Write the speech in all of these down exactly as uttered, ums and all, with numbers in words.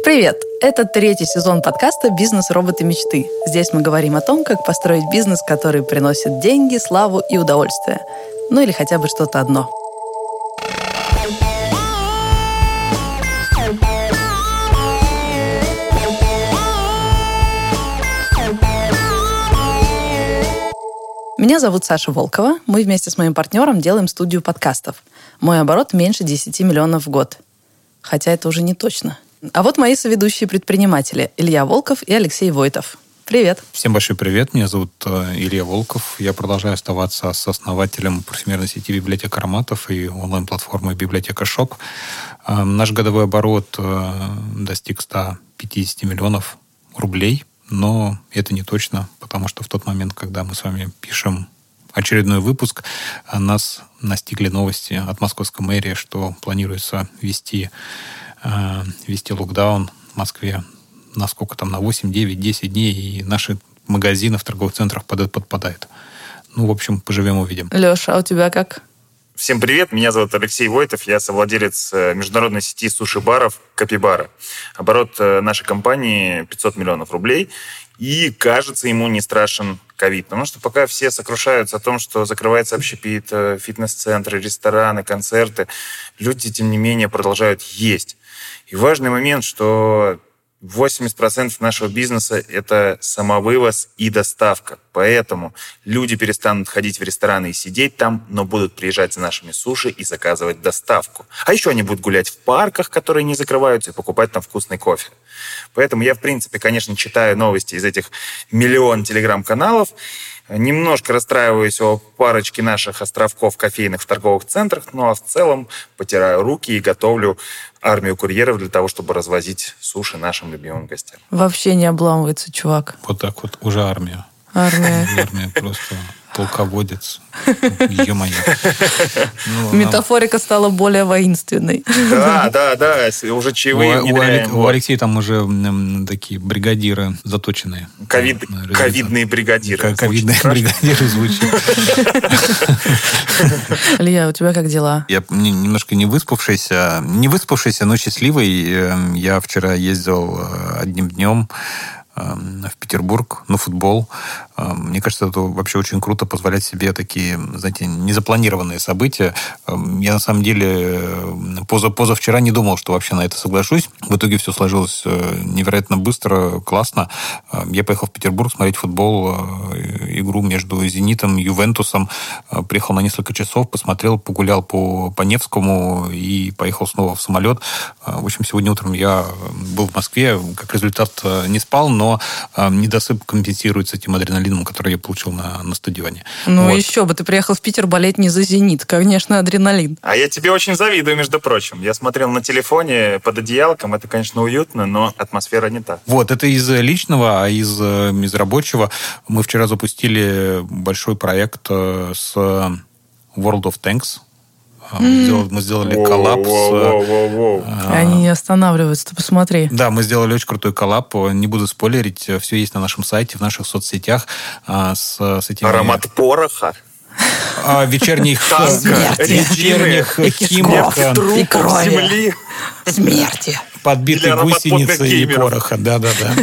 Привет! Это третий сезон подкаста «Бизнес. Роботы. Мечты». Здесь мы говорим о том, как построить бизнес, который приносит деньги, славу и удовольствие. Ну или хотя бы что-то одно. Меня зовут Саша Волкова. Мы вместе с моим партнером делаем студию подкастов. Мой оборот меньше десяти миллионов в год. Хотя это уже не точно. А вот мои соведущие предприниматели Илья Волков и Алексей Войтов. Привет. Всем большой привет. Меня зовут Илья Волков. Я продолжаю оставаться сооснователем парфюмерной сети «Библиотека ароматов» и онлайн-платформы «Библиотека Шоп». Наш годовой оборот достиг ста пятидесяти миллионов рублей, но это не точно, потому что в тот момент, когда мы с вами пишем очередной выпуск, нас настигли новости от московской мэрии, что планируется ввести ввести локдаун в Москве на сколько там, на восемь, девять, десять дней, и наши магазины в торговых центрах под это подпадают. Ну, в общем, поживем, увидим. Леша, а у тебя как? Всем привет, меня зовут Алексей Войтов, я совладелец международной сети суши-баров «Капибара». Оборот нашей компании пятьсот миллионов рублей, и, кажется, ему не страшен ковид. Потому что пока все сокрушаются о том, что закрывается общепит, фитнес-центры, рестораны, концерты, люди, тем не менее, продолжают есть. И важный момент, что восемьдесят процентов нашего бизнеса – это самовывоз и доставка. Поэтому люди перестанут ходить в рестораны и сидеть там, но будут приезжать за нашими суши и заказывать доставку. А еще они будут гулять в парках, которые не закрываются, и покупать там вкусный кофе. Поэтому я, в принципе, конечно, читаю новости из этих миллион телеграм-каналов, немножко расстраиваюсь о парочке наших островков кофейных в торговых центрах, ну а в целом потираю руки и готовлю армию курьеров для того, чтобы развозить суши нашим любимым гостям. Вообще не обламывается, чувак. Вот так вот, уже армия. Армия. Армия просто полководец. Ё-моё. Ну, Метафорика нам... стала более воинственной. Да, да, да. Уже чаевые у, внедряем. У, у Алексея там уже м, такие бригадиры заточенные. Ковид, ковидные бригадиры. Ковидные бригадиры звучат. Илья, у тебя как дела? Я немножко не выспавшийся. Не выспавшийся, но счастливый. Я вчера ездил одним днем в Петербург на футбол. Мне кажется, это вообще очень круто позволять себе такие, знаете, незапланированные события. Я, на самом деле, поза, позавчера не думал, что вообще на это соглашусь. В итоге все сложилось невероятно быстро, классно. Я поехал в Петербург смотреть футбол, игру между «Зенитом» и «Ювентусом». Приехал на несколько часов, посмотрел, погулял по, по Невскому и поехал снова в самолет. В общем, сегодня утром я был в Москве. Как результат, не спал, но недосып компенсируется тем адреналином, который я получил на, на стадионе. Ну, вот. Еще бы, ты приехал в Питер болеть не за «Зенит». Конечно, адреналин. А я тебе очень завидую, между прочим. Я смотрел на телефоне под одеялком. Это, конечно, уютно, но атмосфера не та. Вот, это из личного, а из, из рабочего. Мы вчера запустили большой проект с World of Tanks. Мы, mm. сделали, мы сделали коллаб с... Они не останавливаются, ты посмотри. Да, мы сделали очень крутой коллаб. Не буду спойлерить. Все есть на нашем сайте, в наших соцсетях. С, с этими... Аромат пороха. Вечерних... Вечерних химок. И крови. Смерти. Подбитой гусеницы и пороха. Да-да-да.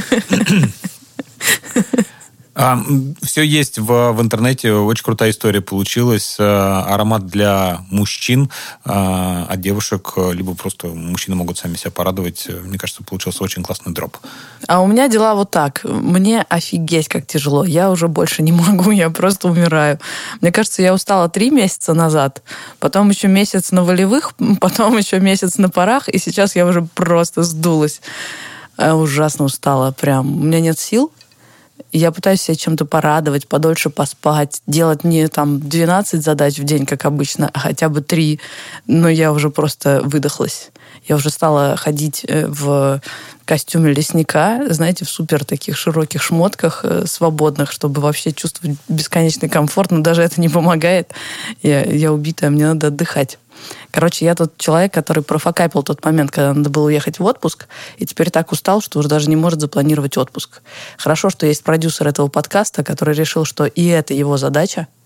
А, все есть в, в интернете, очень крутая история получилась. Аромат для мужчин, а, от девушек, либо просто мужчины могут сами себя порадовать. Мне кажется, получился очень классный дроп. А у меня дела вот так. Мне офигеть как тяжело. Я уже больше не могу, я просто умираю. Мне кажется, я устала три месяца назад, потом еще месяц на волевых, потом еще месяц на парах, и сейчас я уже просто сдулась. Я ужасно устала прям. У меня нет сил. Я пытаюсь себя чем-то порадовать, подольше поспать, делать не там двенадцать задач в день, как обычно, а хотя бы три. Но я уже просто выдохлась. Я уже стала ходить в костюме лесника, знаете, в супер таких широких шмотках, свободных, чтобы вообще чувствовать бесконечный комфорт. Но даже это не помогает. Я, я убитая, мне надо отдыхать. Короче, я тот человек, который профокапил тот момент, когда надо было уехать в отпуск, и теперь так устал, что уже даже не может запланировать отпуск. Хорошо, что есть продюсер этого подкаста, который решил, что и это его задача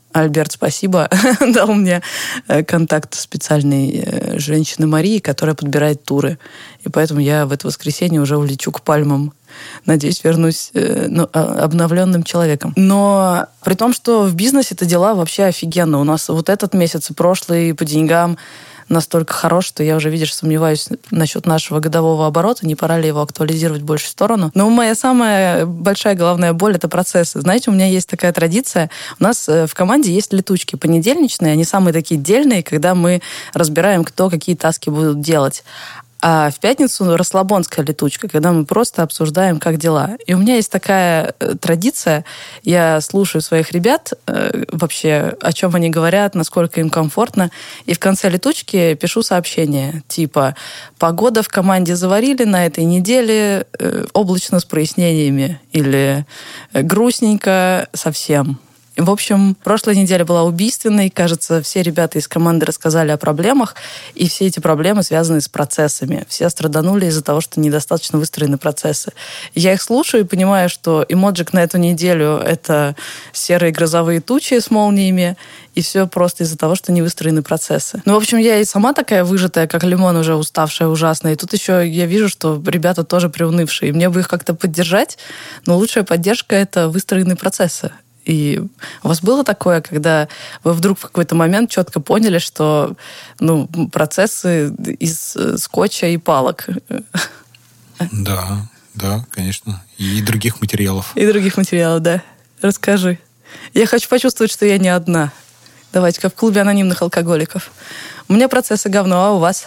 Альберт, спасибо, дал мне контакт специальной женщины Марии, которая подбирает туры. И поэтому я в это воскресенье уже улечу к Пальмам. Надеюсь, вернусь ну, обновленным человеком. Но при том, что в бизнесе-то дела вообще офигенно. У нас вот этот месяц и прошлый по деньгам настолько хорош, что я уже, видишь, сомневаюсь насчет нашего годового оборота, не пора ли его актуализировать в большую сторону. Но моя самая большая головная боль — это процессы. Знаете, у меня есть такая традиция. У нас в команде есть летучки понедельничные, они самые такие дельные, когда мы разбираем, кто какие таски будут делать. А в пятницу расслабонская летучка, когда мы просто обсуждаем, как дела. И у меня есть такая традиция. Я слушаю своих ребят, э, вообще, о чем они говорят, насколько им комфортно. И в конце летучки пишу сообщение. Типа, погода в команде заварили на этой неделе, э, облачно с прояснениями. Или грустненько совсем. В общем, прошлая неделя была убийственной. Кажется, все ребята из команды рассказали о проблемах, и все эти проблемы связаны с процессами. Все страданули из-за того, что недостаточно выстроены процессы. Я их слушаю и понимаю, что эмоджик на эту неделю — это серые грозовые тучи с молниями, и все просто из-за того, что не выстроены процессы. Ну, в общем, я и сама такая выжатая, как лимон, уже уставшая ужасно. И тут еще я вижу, что ребята тоже приунывшие. И мне бы их как-то поддержать, но лучшая поддержка — это выстроенные процессы. И у вас было такое, когда вы вдруг в какой-то момент четко поняли, что ну, процессы из скотча и палок? Да, да, конечно. И других материалов. И других материалов, да. Расскажи. Я хочу почувствовать, что я не одна. Давайте, как в клубе анонимных алкоголиков. У меня процессы говно, а у вас?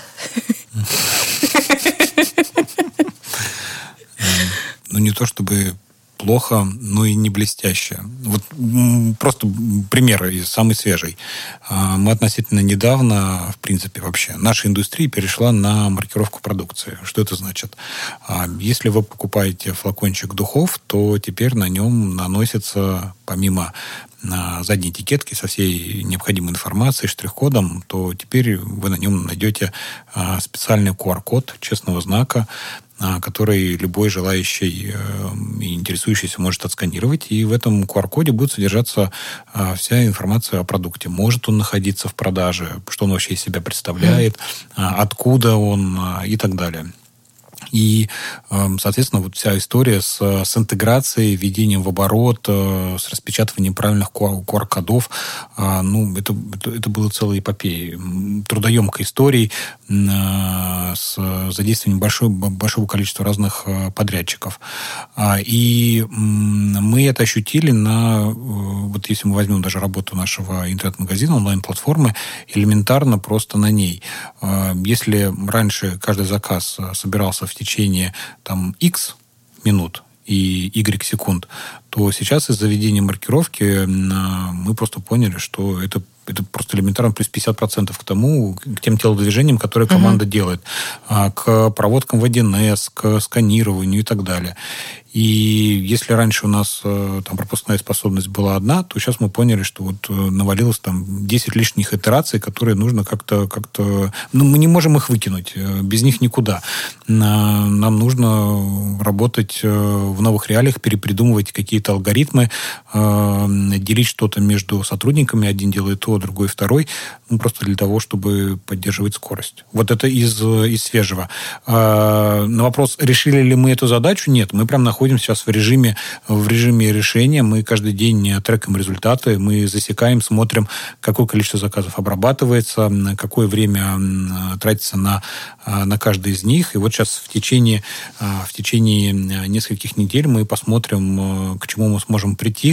Ну, не то чтобы плохо, но и не блестяще. Вот просто пример самый свежий. Мы относительно недавно, в принципе, вообще, наша индустрия перешла на маркировку продукции. Что это значит? Если вы покупаете флакончик духов, то теперь на нем наносится, помимо на задней этикетке со всей необходимой информацией, штрих-кодом, то теперь вы на нем найдете специальный ку ар-код честного знака, который любой желающий и интересующийся может отсканировать. И в этом ку ар-коде будет содержаться вся информация о продукте. Может он находиться в продаже, что он вообще из себя представляет, откуда он и так далее. И, соответственно, вот вся история с, с интеграцией, введением в оборот, с распечатыванием правильных ку ар-кодов, ну, это, это, это было целой эпопеей. Трудоемкой историей с задействованием большого, большого количества разных подрядчиков. И мы это ощутили на, вот если мы возьмем даже работу нашего интернет-магазина, онлайн-платформы, элементарно просто на ней. Если раньше каждый заказ собирался в течение там X минут и Y секунд, то сейчас из-за введения маркировки мы просто поняли, что это, это просто элементарно плюс пятьдесят процентов к тому, к тем телодвижениям, которые команда uh-huh. делает, к проводкам в один эс, к сканированию и так далее. И если раньше у нас там пропускная способность была одна, то сейчас мы поняли, что вот навалилось там десять лишних итераций, которые нужно как-то... как-то ну, мы не можем их выкинуть. Без них никуда. Нам нужно работать в новых реалиях, перепридумывать какие-то алгоритмы, делить что-то между сотрудниками. Один делает то, другой второй. Ну, просто для того, чтобы поддерживать скорость. Вот это из, из свежего. На вопрос, решили ли мы эту задачу? Нет. Мы прям находимся сейчас в режиме, в режиме решения. Мы каждый день трекаем результаты, мы засекаем, смотрим, какое количество заказов обрабатывается, какое время тратится на, на каждый из них. И вот сейчас в течение, в течение нескольких недель мы посмотрим, к чему мы сможем прийти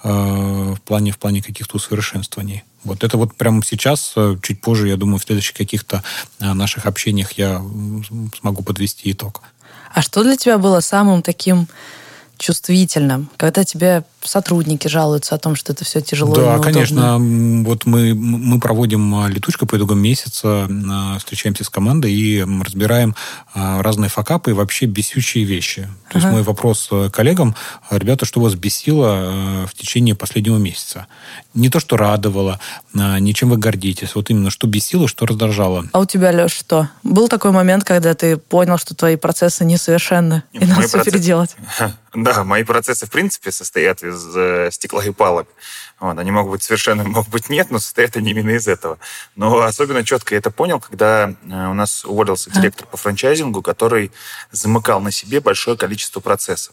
в плане, в плане каких-то усовершенствований. Вот это вот прямо сейчас, чуть позже, я думаю, в следующих каких-то наших общениях я смогу подвести итог. А что для тебя было самым таким чувствительным, когда тебе сотрудники жалуются о том, что это все тяжело и неудобно? Да, конечно. Вот мы, мы проводим летучку по итогам месяца, встречаемся с командой и разбираем разные факапы и вообще бесючие вещи. То ага. есть мой вопрос коллегам: ребята, что вас бесило в течение последнего месяца? Не то, что радовало, не чем вы гордитесь, вот именно что бесило, что раздражало. А у тебя, Леш, что? Был такой момент, когда ты понял, что твои процессы несовершенны, и надо все переделать? Да, мои процессы, в принципе, состоят из э, стекла и палок. Вот, они могут быть совершенно, могут быть нет, но состоят они именно из этого. Но особенно четко я это понял, когда у нас уволился директор по франчайзингу, который замыкал на себе большое количество процессов.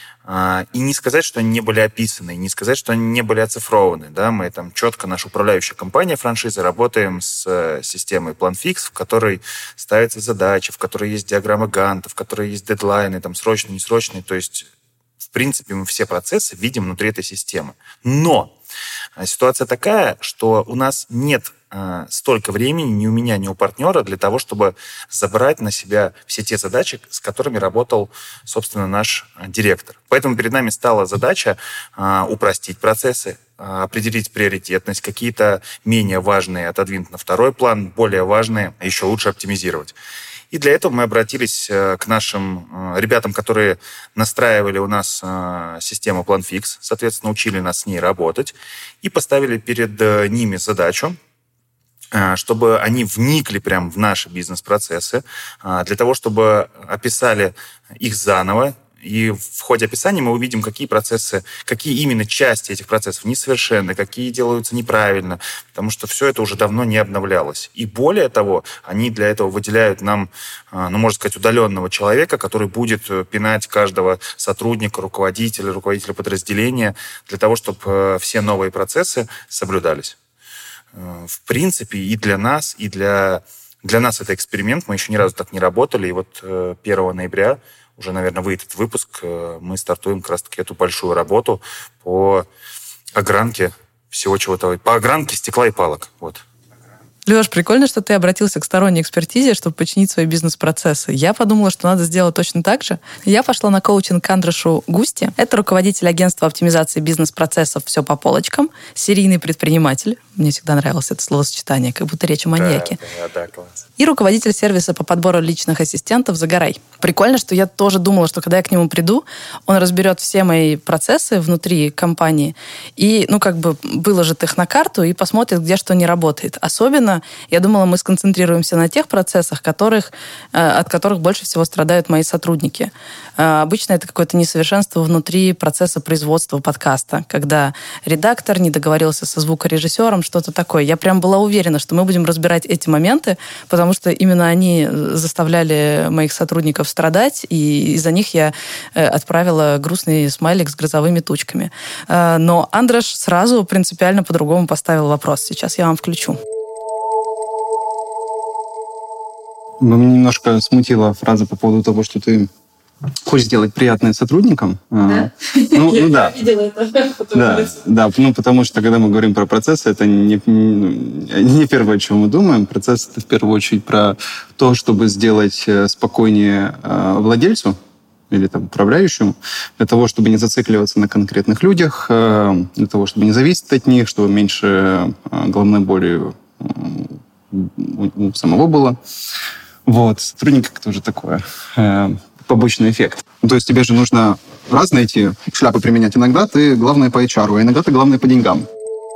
И не сказать, что они не были описаны, не сказать, что они не были оцифрованы. Да? Мы там четко, наша управляющая компания франшизы, работаем с системой PlanFix, в которой ставятся задачи, в которой есть диаграммы Ганта, в которой есть дедлайны, там, срочные, несрочные. То есть, в принципе, мы все процессы видим внутри этой системы. Но ситуация такая, что у нас нет э, столько времени ни у меня, ни у партнера для того, чтобы забрать на себя все те задачи, с которыми работал, собственно, наш директор. Поэтому перед нами стала задача э, упростить процессы, э, определить приоритетность, какие-то менее важные отодвинуть на второй план, более важные еще лучше оптимизировать. И для этого мы обратились к нашим ребятам, которые настраивали у нас систему PlanFix, соответственно, учили нас с ней работать, и поставили перед ними задачу, чтобы они вникли прямо в наши бизнес-процессы, для того, чтобы описали их заново. И в ходе описания мы увидим, какие процессы, какие именно части этих процессов несовершенны, какие делаются неправильно, потому что все это уже давно не обновлялось. И более того, они для этого выделяют нам, ну, можно сказать, удаленного человека, который будет пинать каждого сотрудника, руководителя, руководителя подразделения для того, чтобы все новые процессы соблюдались. В принципе, и для нас, и для, для нас это эксперимент. Мы еще ни разу так не работали. И вот первого ноября уже, наверное, выйдет выпуск, мы стартуем как раз-таки эту большую работу по огранке всего чего-то, по огранке стекла и палок. Вот. Леш, прикольно, что ты обратился к сторонней экспертизе, чтобы починить свои бизнес-процессы. Я подумала, что надо сделать точно так же. Я пошла на коучинг к Андрашу Густи. Это руководитель агентства оптимизации бизнес-процессов «Все по полочкам», серийный предприниматель. Мне всегда нравилось это словосочетание, как будто речь о маньяке. Да, да, да, класс. И руководитель сервиса по подбору личных ассистентов «Загорай». Прикольно, что я тоже думала, что когда я к нему приду, он разберет все мои процессы внутри компании и, ну, как бы выложит их на карту и посмотрит, где что не работает. Особенно, я думала, мы сконцентрируемся на тех процессах, которых, от которых больше всего страдают мои сотрудники. Обычно это какое-то несовершенство внутри процесса производства подкаста, когда редактор не договорился со звукорежиссером, что-то такое. Я прям была уверена, что мы будем разбирать эти моменты, потому что именно они заставляли моих сотрудников страдать, и из-за них я отправила грустный смайлик с грозовыми тучками. Но Андраш сразу принципиально по-другому поставил вопрос. Сейчас я вам включу. Меня немножко смутила фраза по поводу того, что ты хочешь сделать приятное сотрудникам. Да? Ну, ну да. Я видела это. Да, да, ну потому что когда мы говорим про процессы, это не, не первое, о чем мы думаем. Процесс — это в первую очередь про то, чтобы сделать спокойнее владельцу или там, управляющему, для того, чтобы не зацикливаться на конкретных людях, для того, чтобы не зависеть от них, чтобы меньше головной боли у самого было. Вот. Сотрудник — это уже такое э, побочный эффект. То есть тебе же нужно разные эти шляпы применять. Иногда ты главное по эйч ар, а иногда ты главное по деньгам.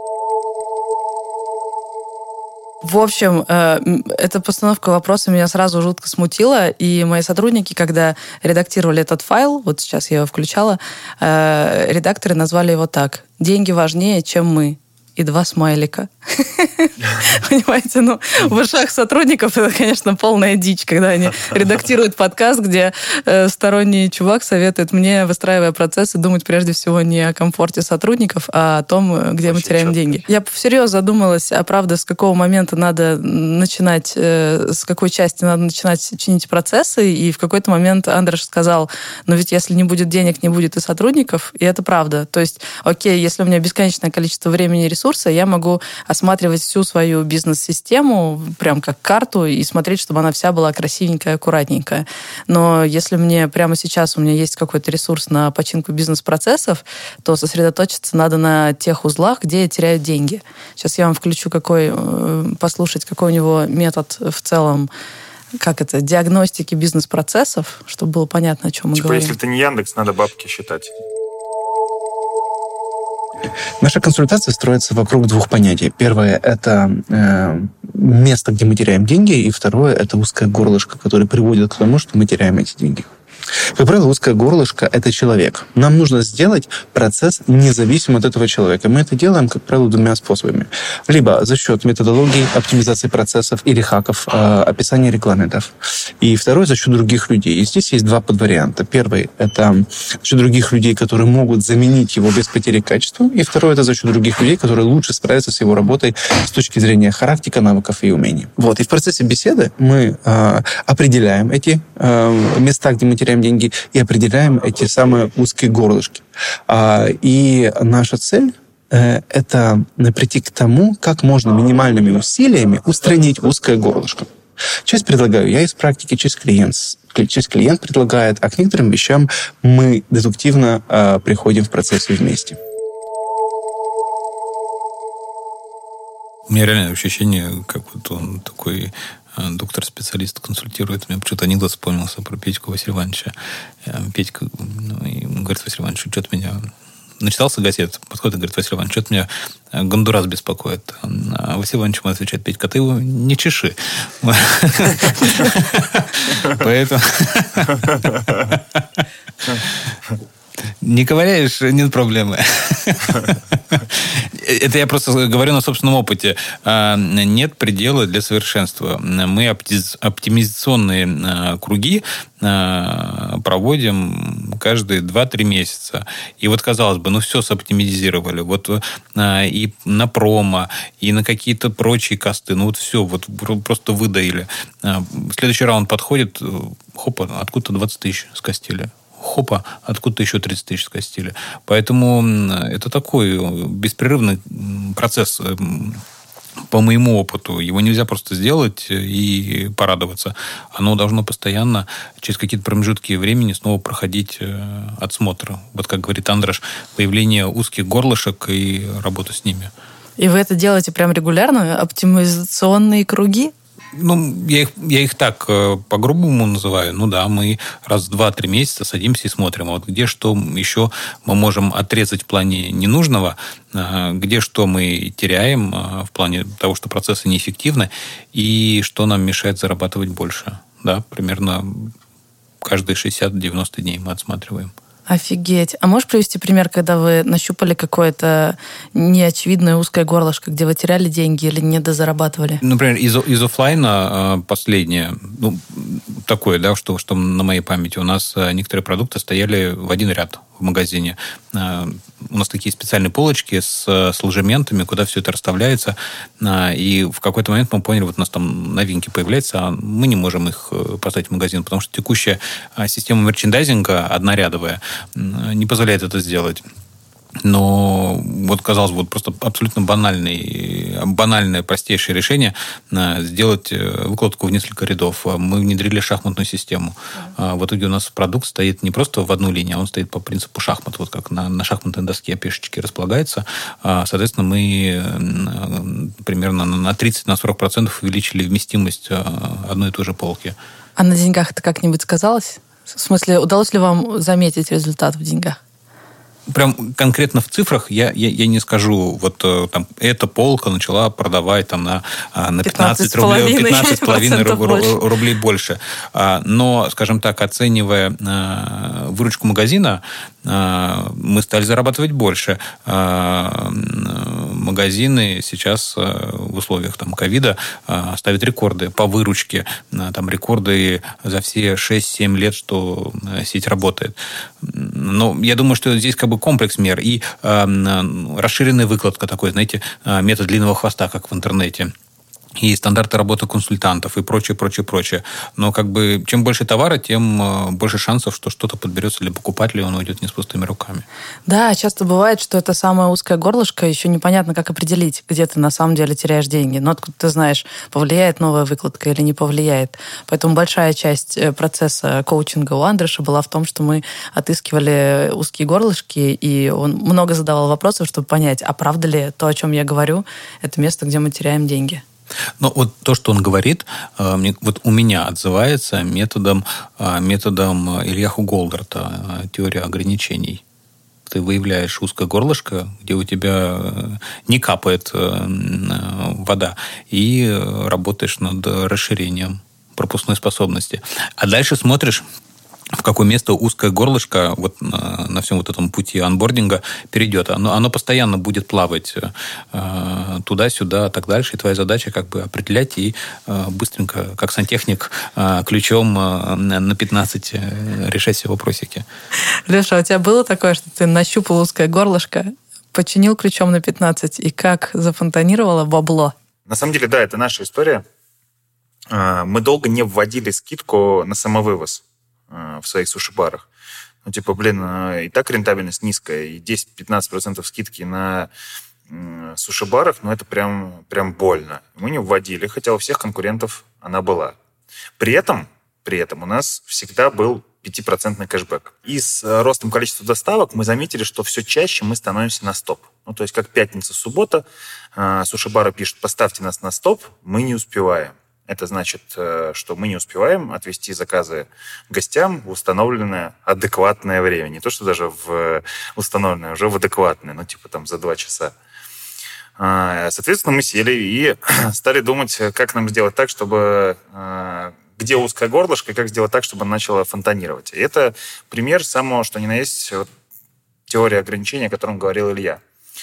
В общем, эта постановка вопроса меня сразу жутко смутила, и мои сотрудники, когда редактировали этот файл, вот сейчас я его включала, редакторы назвали его так: «Деньги важнее, чем мы». И два смайлика. Понимаете, ну, в ушах сотрудников это, конечно, полная дичь, когда они редактируют подкаст, где э, сторонний чувак советует мне, выстраивая процессы, думать прежде всего не о комфорте сотрудников, а о том, где Очень мы теряем четко. деньги. Я всерьез задумалась, а правда, с какого момента надо начинать, э, с какой части надо начинать чинить процессы, и в какой-то момент Андраш сказал, ну ведь если не будет денег, не будет и сотрудников, и это правда. То есть, окей, если у меня бесконечное количество времени и ресурсов, я могу осматривать всю свою бизнес-систему прям как карту и смотреть, чтобы она вся была красивенькая, аккуратненькая. Но если мне прямо сейчас у меня есть какой-то ресурс на починку бизнес-процессов, то сосредоточиться надо на тех узлах, где я теряю деньги. Сейчас я вам включу какой, послушать, какой у него метод в целом, как это, диагностики бизнес-процессов, чтобы было понятно, о чем мы типа, говорим. Если ты не Яндекс, надо бабки считать. Наша консультация строится вокруг двух понятий. Первое – это э, место, где мы теряем деньги, и второе – это узкое горлышко, которое приводит к тому, что мы теряем эти деньги. Как правило, узкое горлышко – это человек. Нам нужно сделать процесс независимым от этого человека. Мы это делаем, как правило, двумя способами. Либо за счет методологии, оптимизации процессов или хаков, э, описания регламентов. И второй – за счет других людей. И здесь есть два подварианта. Первый – это за счет других людей, которые могут заменить его без потери качества. И второй – это за счет других людей, которые лучше справятся с его работой с точки зрения характера, навыков и умений. Вот. И в процессе беседы мы э, определяем эти э, места, где мы теряем деньги, и определяем эти самые узкие горлышки. И наша цель – это прийти к тому, как можно минимальными усилиями устранить узкое горлышко. Часть предлагаю я из практики, часть клиент, часть клиент предлагает, а к некоторым вещам мы дедуктивно приходим в процессе вместе. У меня реально ощущение, как вот он такой... доктор-специалист консультирует. Мне почему-то анекдот вспомнился про Петьку Василия Ивановича. Петька ну, и говорит Василий Иванович, что-то меня... Начитался газет, подходит и говорит, Василий Иванович, что-то меня Гондурас беспокоит. А Василий Иванович ему отвечает, Петька, ты его не чеши. Поэтому... Не ковыряешь, нет проблемы. Это я просто говорю на собственном опыте. Нет предела для совершенства. Мы оптимизационные круги проводим каждые два-три месяца. И вот, казалось бы, ну все соптимизировали. Вот и на промо, и на какие-то прочие косты. Ну вот все, вот просто выдаили. Следующий раунд подходит, хопа, откуда-то двадцать тысяч скостили. Хопа, откуда-то еще тридцать тысяч скостили. Поэтому это такой беспрерывный процесс. По моему опыту, его нельзя просто сделать и порадоваться. Оно должно постоянно через какие-то промежутки времени снова проходить отсмотр. Вот как говорит Андраш, выявление узких горлышек и работу с ними. И вы это делаете прям регулярно? Оптимизационные круги? Ну, я их, я их так по-грубому называю. Ну да, мы раз в два-три месяца садимся и смотрим. А вот где что еще мы можем отрезать в плане ненужного, где что мы теряем в плане того, что процессы неэффективны, и что нам мешает зарабатывать больше. Да, примерно каждые шестьдесят-девяносто дней мы отсматриваем. Офигеть. А можешь привести пример, когда вы нащупали какое-то неочевидное узкое горлышко, где вы теряли деньги или недозарабатывали? Например, из, из офлайна последнее, ну, такое, да, что, что на моей памяти. У нас некоторые продукты стояли в один ряд в магазине. У нас такие специальные полочки с, с ложементами, куда все это расставляется. И в какой-то момент мы поняли, вот у нас там новинки появляются, а мы не можем их поставить в магазин, потому что текущая система мерчендайзинга однорядовая не позволяет это сделать. Но вот, казалось бы, вот просто абсолютно банальный, банальное, простейшее решение сделать выкладку в несколько рядов. Мы внедрили шахматную систему. В итоге у нас продукт стоит не просто в одну линию, а он стоит по принципу шахмат. Вот как на, на шахматной доске пешечки располагается. Соответственно, мы примерно на тридцать-сорок процентов увеличили вместимость одной и той же полки. А на деньгах это как-нибудь сказалось? В смысле, удалось ли вам заметить результат в деньгах? Прям конкретно в цифрах я, я, я не скажу. Вот там эта полка начала продавать там, на, на пятнадцать рублей, пятнадцать с половиной рублей больше. Но, скажем так, оценивая выручку магазина, мы стали зарабатывать больше. Магазины сейчас в условиях там ковида ставят рекорды по выручке. Там рекорды за все шесть-семь лет, что сеть работает. Но я думаю, что здесь как бы комплекс мер и расширенная выкладка такой, знаете, метод длинного хвоста, как в интернете. И стандарты работы консультантов, и прочее, прочее, прочее. Но как бы чем больше товара, тем больше шансов, что что-то подберется для покупателя, и он уйдет не с пустыми руками. Да, часто бывает, что это самое узкое горлышко, еще непонятно, как определить, где ты на самом деле теряешь деньги. Но откуда ты знаешь, повлияет новая выкладка или не повлияет. Поэтому большая часть процесса коучинга у Андреша была в том, что мы отыскивали узкие горлышки, и он много задавал вопросов, чтобы понять, а правда ли то, о чем я говорю, это место, где мы теряем деньги. Но вот то, что он говорит, вот у меня отзывается методом, методом Ильяху Голдарта, теория ограничений. Ты выявляешь узкое горлышко, где у тебя не капает вода, и работаешь над расширением пропускной способности. А дальше смотришь, в какое место узкое горлышко вот на, на всем вот этом пути анбординга перейдет. Оно, оно постоянно будет плавать э, туда-сюда, так дальше. И твоя задача как бы определять и э, быстренько, как сантехник, э, ключом э, на пятнадцать э, решать все вопросики. Леша, у тебя было такое, что ты нащупал узкое горлышко, починил ключом на пятнадцать, и как зафонтанировало бабло? На самом деле, да, это наша история. Мы долго не вводили скидку на самовывоз в своих суши-барах. Ну, типа, блин, и так рентабельность низкая, и десять-пятнадцать процентов скидки на суши-барах, ну, это прям, прям больно. Мы не вводили, хотя у всех конкурентов она была. При этом, при этом у нас всегда был пятипроцентный кэшбэк. И с ростом количества доставок мы заметили, что все чаще мы становимся на стоп. Ну, то есть, как пятница, суббота, суши-бары пишут: поставьте нас на стоп, мы не успеваем. Это значит, что мы не успеваем отвезти заказы гостям в установленное адекватное время. Не то, что даже в установленное, уже в адекватное, ну, типа там за два часа. Соответственно, мы сели и стали думать, как нам сделать так, чтобы... где узкое горлышко, и как сделать так, чтобы оно начало фонтанировать. И это пример самого, что ни на есть, вот, теории ограничения, о котором говорил Илья.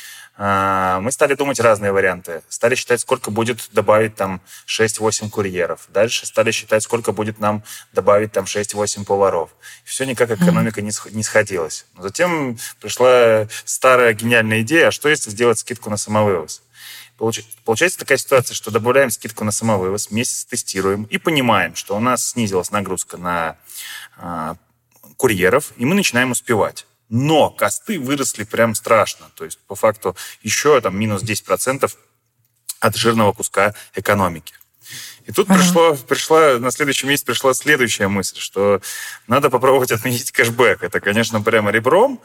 Мы стали думать разные варианты. Стали считать, сколько будет добавить там шесть-восемь курьеров. Дальше стали считать, сколько будет нам добавить там шесть-восемь поваров. И все никак экономика mm-hmm. не сходилась. Но затем пришла старая гениальная идея: а что если сделать скидку на самовывоз? Получается такая ситуация, что добавляем скидку на самовывоз, месяц тестируем и понимаем, что у нас снизилась нагрузка на э, курьеров, и мы начинаем успевать. Но косты выросли прям страшно. То есть, по факту, еще там минус десять процентов от жирного куска экономики. И тут uh-huh. пришло, пришла, на следующий месяц пришла следующая мысль, что надо попробовать отменить кэшбэк. Это, конечно, прямо ребром.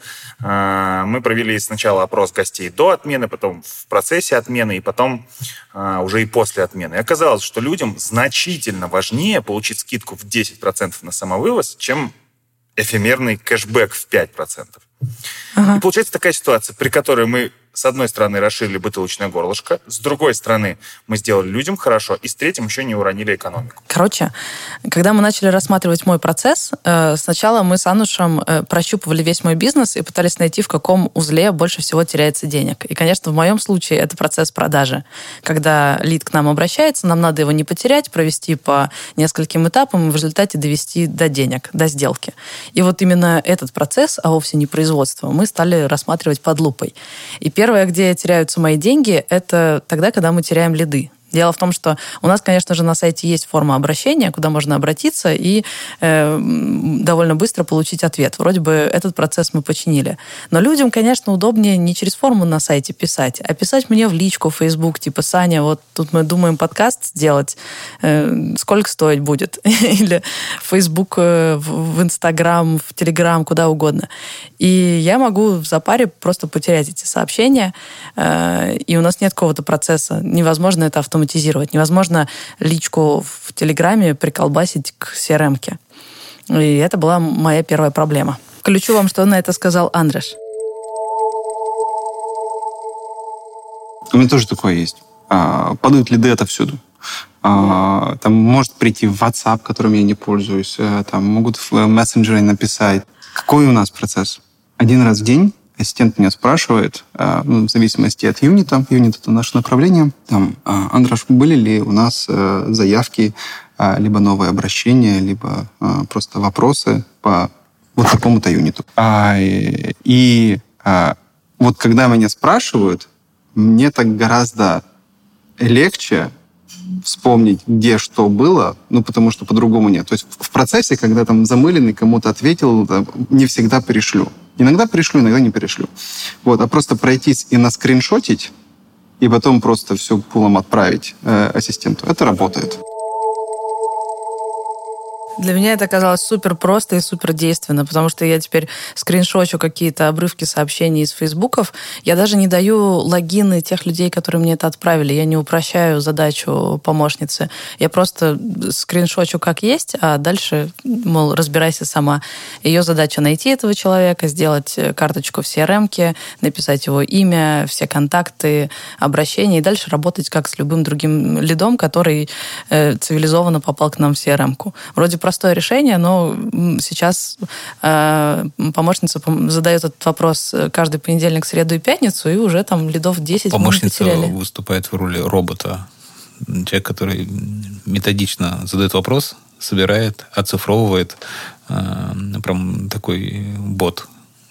Мы провели сначала опрос гостей до отмены, потом в процессе отмены, и потом уже и после отмены. И оказалось, что людям значительно важнее получить скидку в десять процентов на самовывоз, чем эфемерный кэшбэк в пять процентов. Ага. И получается такая ситуация, при которой мы, с одной стороны, расширили бутылочное горлышко, с другой стороны, мы сделали людям хорошо, и с третьим еще не уронили экономику. Короче, когда мы начали рассматривать мой процесс, сначала мы с Анушем прощупывали весь мой бизнес и пытались найти, в каком узле больше всего теряется денег. И, конечно, в моем случае это процесс продажи. Когда лид к нам обращается, нам надо его не потерять, провести по нескольким этапам и в результате довести до денег, до сделки. И вот именно этот процесс, а вовсе не производство, мы стали рассматривать под лупой. И первое, где теряются мои деньги, это тогда, когда мы теряем лиды. Дело в том, что у нас, конечно же, на сайте есть форма обращения, куда можно обратиться и э, довольно быстро получить ответ. Вроде бы этот процесс мы починили. Но людям, конечно, удобнее не через форму на сайте писать, а писать мне в личку, в Facebook, типа: Саня, вот тут мы думаем подкаст сделать, э, сколько стоить будет? Или в Facebook, э, в Instagram, в Telegram, куда угодно. И я могу в запаре просто потерять эти сообщения, э, и у нас нет какого-то процесса. Невозможно это автоматизировать. Невозможно личку в Телеграме приколбасить к си эр эм-ке. И это была моя первая проблема. Включу вам, что на это сказал Андреш. У меня тоже такое есть. Падают лиды отовсюду. Там может прийти в WhatsApp, которым я не пользуюсь. Там могут в мессенджере написать. Какой у нас процесс? Один раз в день ассистент меня спрашивает, в зависимости от юнита, юнит — это наше направление, там: Андраш, были ли у нас заявки, либо новые обращения, либо просто вопросы по вот такому-то юниту. И вот когда меня спрашивают, мне так гораздо легче вспомнить, где что было, ну, потому что по-другому нет. То есть в процессе, когда там замыленный кому-то ответил, не всегда перешлю. Иногда перешлю, иногда не перешлю. Вот, а просто пройтись и наскриншотить, и потом просто все пулом отправить э, ассистенту, это работает. Для меня это оказалось супер просто и супер действенно, потому что я теперь скриншочу какие-то обрывки сообщений из фейсбуков. Я даже не даю логины тех людей, которые мне это отправили. Я не упрощаю задачу помощницы. Я просто скриншочу как есть, а дальше, мол, разбирайся сама. Ее задача — найти этого человека, сделать карточку в си эр эм-ке, написать его имя, все контакты, обращения, и дальше работать как с любым другим лидом, который цивилизованно попал к нам в си эр эм-ку. Вроде простое решение, но сейчас э, помощница задает этот вопрос каждый понедельник, среду и пятницу, и уже там лидов десять помощница мы потеряли. Выступает в роли робота. Человек, который методично задает вопрос, собирает, оцифровывает. Э, прям такой бот.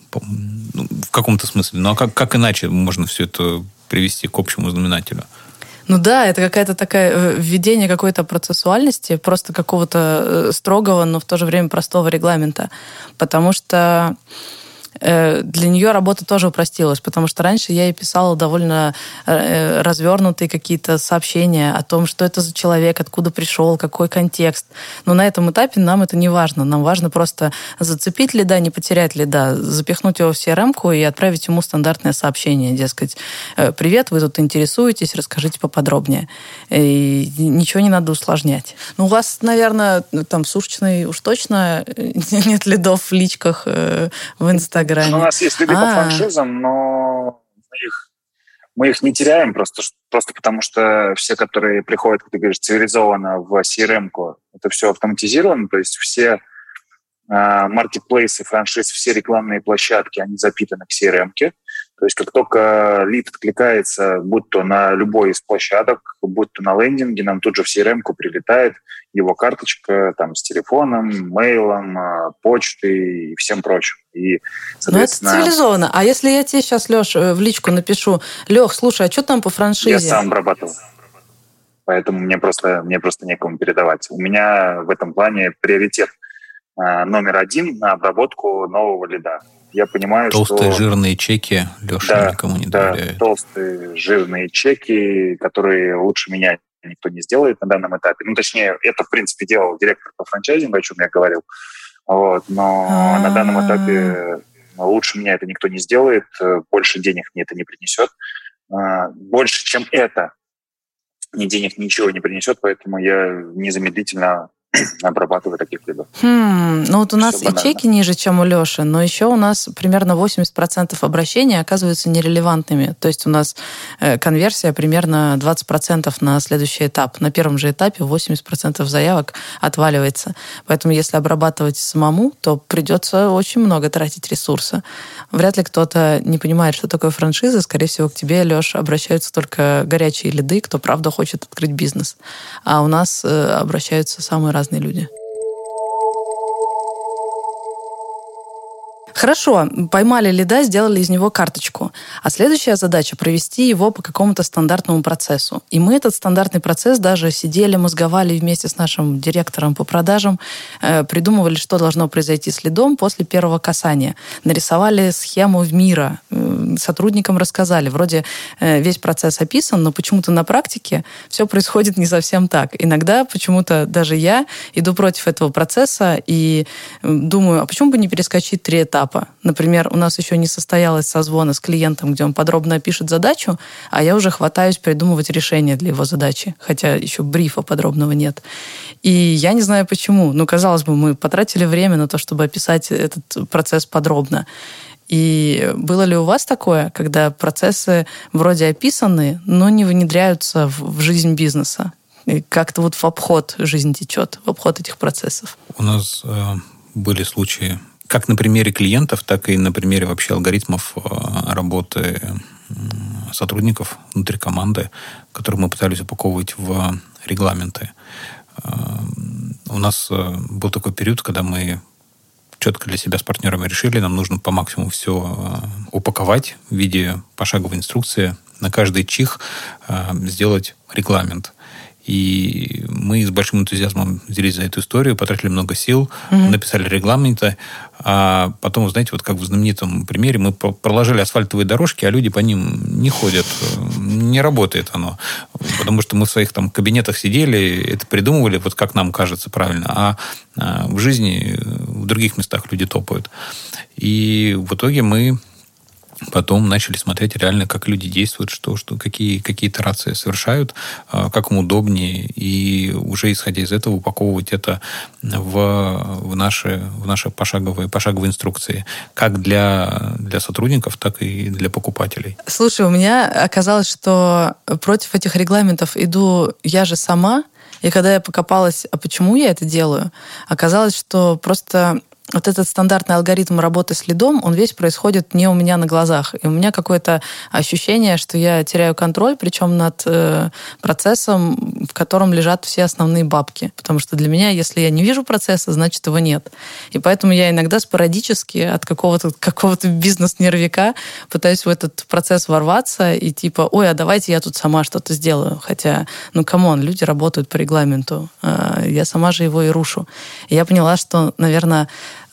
Ну, в каком-то смысле. Ну, а как, как иначе можно все это привести к общему знаменателю? Ну да, это какая-то такая введение какой-то процессуальности, просто какого-то строгого, но в то же время простого регламента. Потому что для нее работа тоже упростилась, потому что раньше я ей писала довольно развернутые какие-то сообщения о том, что это за человек, откуда пришел, какой контекст. Но на этом этапе нам это не важно. Нам важно просто зацепить лида, не потерять лида, запихнуть его в си эр эм-ку и отправить ему стандартное сообщение, дескать, привет, вы тут интересуетесь, расскажите поподробнее. И ничего не надо усложнять. Ну, у вас, наверное, там в сушечной уж точно нет лидов в личках в Инстаграме. У нас есть лиды по франшизам, но мы их, мы их не теряем просто, просто потому, что все, которые приходят, как ты говоришь, цивилизованно в си эр эм-ку, это все автоматизировано, то есть все маркетплейсы, франшиз, все рекламные площадки, они запитаны к си эр эм-ке. То есть как только лид откликается, будь то на любой из площадок, будь то на лендинге, нам тут же в си эр эм-ку прилетает его карточка там, с телефоном, мейлом, почтой и всем прочим. И, соответственно... Ну, это цивилизованно. А если я тебе сейчас, Леш, в личку напишу, Лех, слушай, а что там по франшизе? Я сам обрабатываю. Поэтому мне просто, мне просто некому передавать. У меня в этом плане приоритет номер один на обработку нового лида. Я понимаю, толстые, что... жирные чеки Леша да, никому не да, доверяет. Толстые, жирные чеки, которые лучше меня никто не сделает на данном этапе. Ну, точнее, это, в принципе, делал директор по франчайзингу, о чем я говорил. Вот, но А-а-а. на данном этапе лучше меня это никто не сделает, больше денег мне это не принесет. Больше, чем это, ни денег, ничего не принесет, поэтому я незамедлительно обрабатываю таких лидов. Хм, ну вот у нас и чеки ниже, чем у Леши, но еще у нас примерно восемьдесят процентов обращений оказываются нерелевантными. То есть у нас конверсия примерно двадцать процентов на следующий этап. На первом же этапе восемьдесят процентов заявок отваливается. Поэтому если обрабатывать самому, то придется очень много тратить ресурса. Вряд ли кто-то не понимает, что такое франшиза. Скорее всего, к тебе, Леш, обращаются только горячие лиды, кто правда хочет открыть бизнес. А у нас обращаются самые разные разные люди. Хорошо, поймали лида, сделали из него карточку. А следующая задача — провести его по какому-то стандартному процессу. И мы этот стандартный процесс даже сидели, мозговали вместе с нашим директором по продажам, э, придумывали, что должно произойти с лидом после первого касания. Нарисовали схему в мира, э, сотрудникам рассказали. Вроде э, весь процесс описан, но почему-то на практике все происходит не совсем так. Иногда почему-то даже я иду против этого процесса и думаю, а почему бы не перескочить три этапа? Например, у нас еще не состоялось созвона с клиентом, где он подробно опишет задачу, а я уже хватаюсь придумывать решение для его задачи, хотя еще брифа подробного нет. И я не знаю почему. Ну, казалось бы, мы потратили время на то, чтобы описать этот процесс подробно. И было ли у вас такое, когда процессы вроде описаны, но не внедряются в жизнь бизнеса? И как-то вот в обход жизнь течет, в обход этих процессов? У нас э, были случаи, как на примере клиентов, так и на примере вообще алгоритмов работы сотрудников внутри команды, которые мы пытались упаковывать в регламенты. У нас был такой период, когда мы четко для себя с партнерами решили, нам нужно по максимуму все упаковать в виде пошаговой инструкции, на каждый чих сделать регламент. И мы с большим энтузиазмом взялись за эту историю, потратили много сил, mm-hmm. написали регламенты, а потом, знаете, вот как в знаменитом примере, мы проложили асфальтовые дорожки, а люди по ним не ходят. Не работает оно. Потому что мы в своих там кабинетах сидели, это придумывали, вот как нам кажется правильно, а в жизни в других местах люди топают. И в итоге мы Потом начали смотреть реально, как люди действуют, что, что, какие, какие итерации совершают, как им удобнее, и уже исходя из этого упаковывать это в, в, наши, в наши пошаговые, пошаговые инструкции, как для, для сотрудников, так и для покупателей. Слушай, у меня оказалось, что против этих регламентов иду я же сама, и когда я покопалась, а почему я это делаю, оказалось, что просто вот этот стандартный алгоритм работы с лидом, он весь происходит не у меня на глазах. И у меня какое-то ощущение, что я теряю контроль, причем над э, процессом, в котором лежат все основные бабки. Потому что для меня, если я не вижу процесса, значит, его нет. И поэтому я иногда спорадически от какого-то, какого-то бизнес-нервика пытаюсь в этот процесс ворваться и типа, ой, а давайте я тут сама что-то сделаю. Хотя, ну, камон, люди работают по регламенту. Я сама же его и рушу. И я поняла, что, наверное,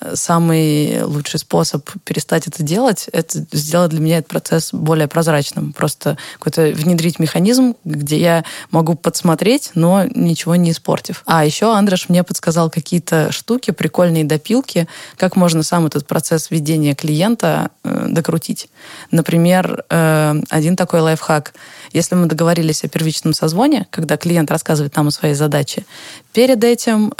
самый лучший способ перестать это делать, это сделать для меня этот процесс более прозрачным. Просто какой-то внедрить механизм, где я могу подсмотреть, но ничего не испортив. А еще Андреш мне подсказал какие-то штуки, прикольные допилки, как можно сам этот процесс ведения клиента э, докрутить. Например, э, один такой лайфхак. Если мы договорились о первичном созвоне, когда клиент рассказывает нам о своей задаче, перед этим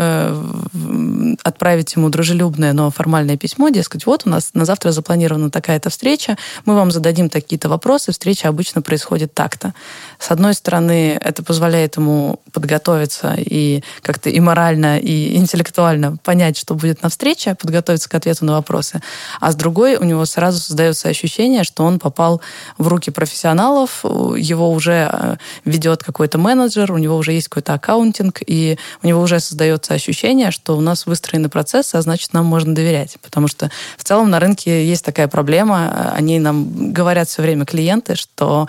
э, отправить ему дружелюбное, но формальное письмо, дескать, вот у нас на завтра запланирована такая-то встреча, мы вам зададим такие-то вопросы, встреча обычно происходит так-то. С одной стороны, это позволяет ему подготовиться и как-то и морально, и интеллектуально понять, что будет на встрече, подготовиться к ответу на вопросы, а с другой у него сразу создается ощущение, что он попал в руки профессионалов, его уже ведет какой-то менеджер, у него уже есть какой-то аккаунтинг, и у него уже создается ощущение, что у нас выстроены процессы, а значит, нам можно доверять. Потому что в целом на рынке есть такая проблема, о ней нам говорят все время клиенты, что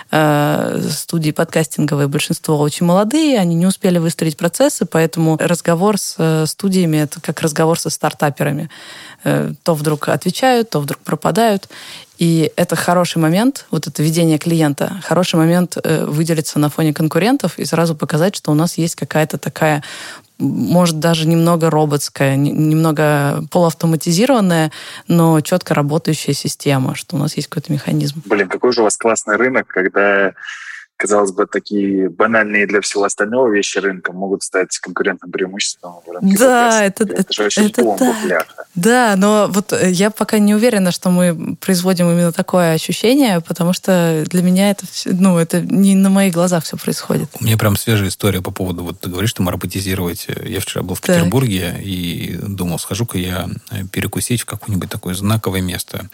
э, студии подкастинговые большинство очень молодые, они не успели выстроить процессы, поэтому разговор с студиями — это как разговор со стартаперами. Э, то вдруг отвечают, то вдруг пропадают. И это хороший момент, вот это ведение клиента, хороший момент выделиться на фоне конкурентов и сразу показать, что у нас есть какая-то такая, может, даже немного роботская, немного полуавтоматизированная, но четко работающая система, что у нас есть какой-то механизм. Блин, какой же у вас классный рынок, когда, казалось бы, такие банальные для всего остального вещи рынка могут стать конкурентным преимуществом в рынке. Да, это, это, это же вообще это бомба, так. бляха. Да, но вот я пока не уверена, что мы производим именно такое ощущение, потому что для меня это, ну, это не на моих глазах все происходит. У меня прям свежая история по поводу, вот ты говоришь, что роботизировать. Я вчера был в так. Петербурге и думал, схожу-ка я перекусить в какое-нибудь такое знаковое место.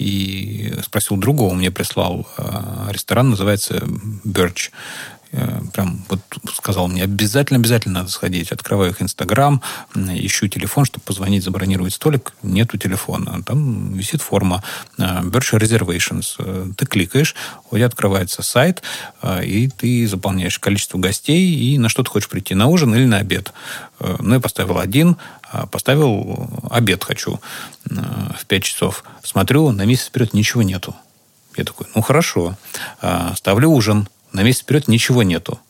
И спросил друга, он мне прислал ресторан, называется Birch. Прям вот сказал мне, обязательно-обязательно надо сходить. Открываю их Инстаграм, ищу телефон, чтобы позвонить, забронировать столик. Нету телефона. Там висит форма Birch Reservations. Ты кликаешь, у тебя открывается сайт, и ты заполняешь количество гостей и на что ты хочешь прийти, на ужин или на обед. Ну, я поставил один, поставил обед хочу в пять часов. Смотрю, на месяц вперед ничего нету. Я такой, ну, хорошо. Ставлю ужин. На месяц вперед ничего нету.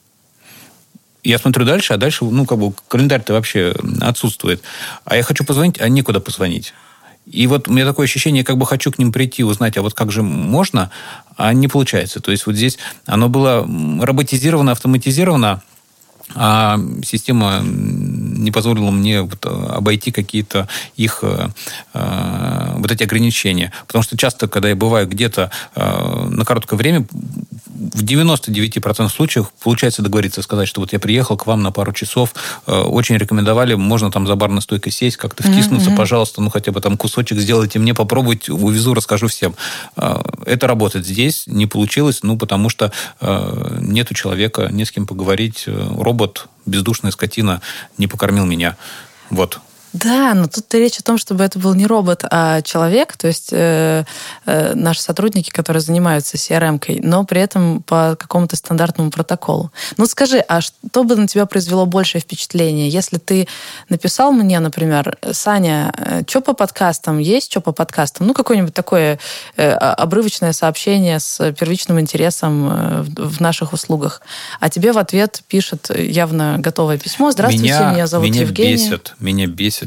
Я смотрю дальше, а дальше, ну, как бы, календарь-то вообще отсутствует. А я хочу позвонить, а некуда позвонить. И вот у меня такое ощущение, как бы хочу к ним прийти, узнать, а вот как же можно, а не получается. То есть вот здесь оно было роботизировано, автоматизировано, а система не позволила мне вот обойти какие-то их э, вот эти ограничения. Потому что часто, когда я бываю где-то э, на короткое время, в девяносто девять процентов случаев получается договориться, сказать, что вот я приехал к вам на пару часов, э, очень рекомендовали, можно там за барной стойкой сесть, как-то втиснуться, mm-hmm. пожалуйста, ну хотя бы там кусочек сделайте мне, попробуйте, увезу, расскажу всем. Э, это работает здесь, не получилось, ну потому что э, нету человека, не с кем поговорить, робот, бездушная скотина не покормил меня. Вот. Да, но тут речь о том, чтобы это был не робот, а человек, то есть э, э, наши сотрудники, которые занимаются си ар эм-кой, но при этом по какому-то стандартному протоколу. Ну скажи, а что бы на тебя произвело большее впечатление, если ты написал мне, например, Саня, что по подкастам есть, что по подкастам? Ну какое-нибудь такое э, обрывочное сообщение с первичным интересом э, в наших услугах, а тебе в ответ пишет явно готовое письмо. Здравствуйте, меня, меня зовут меня Евгения. Бесит, меня бесит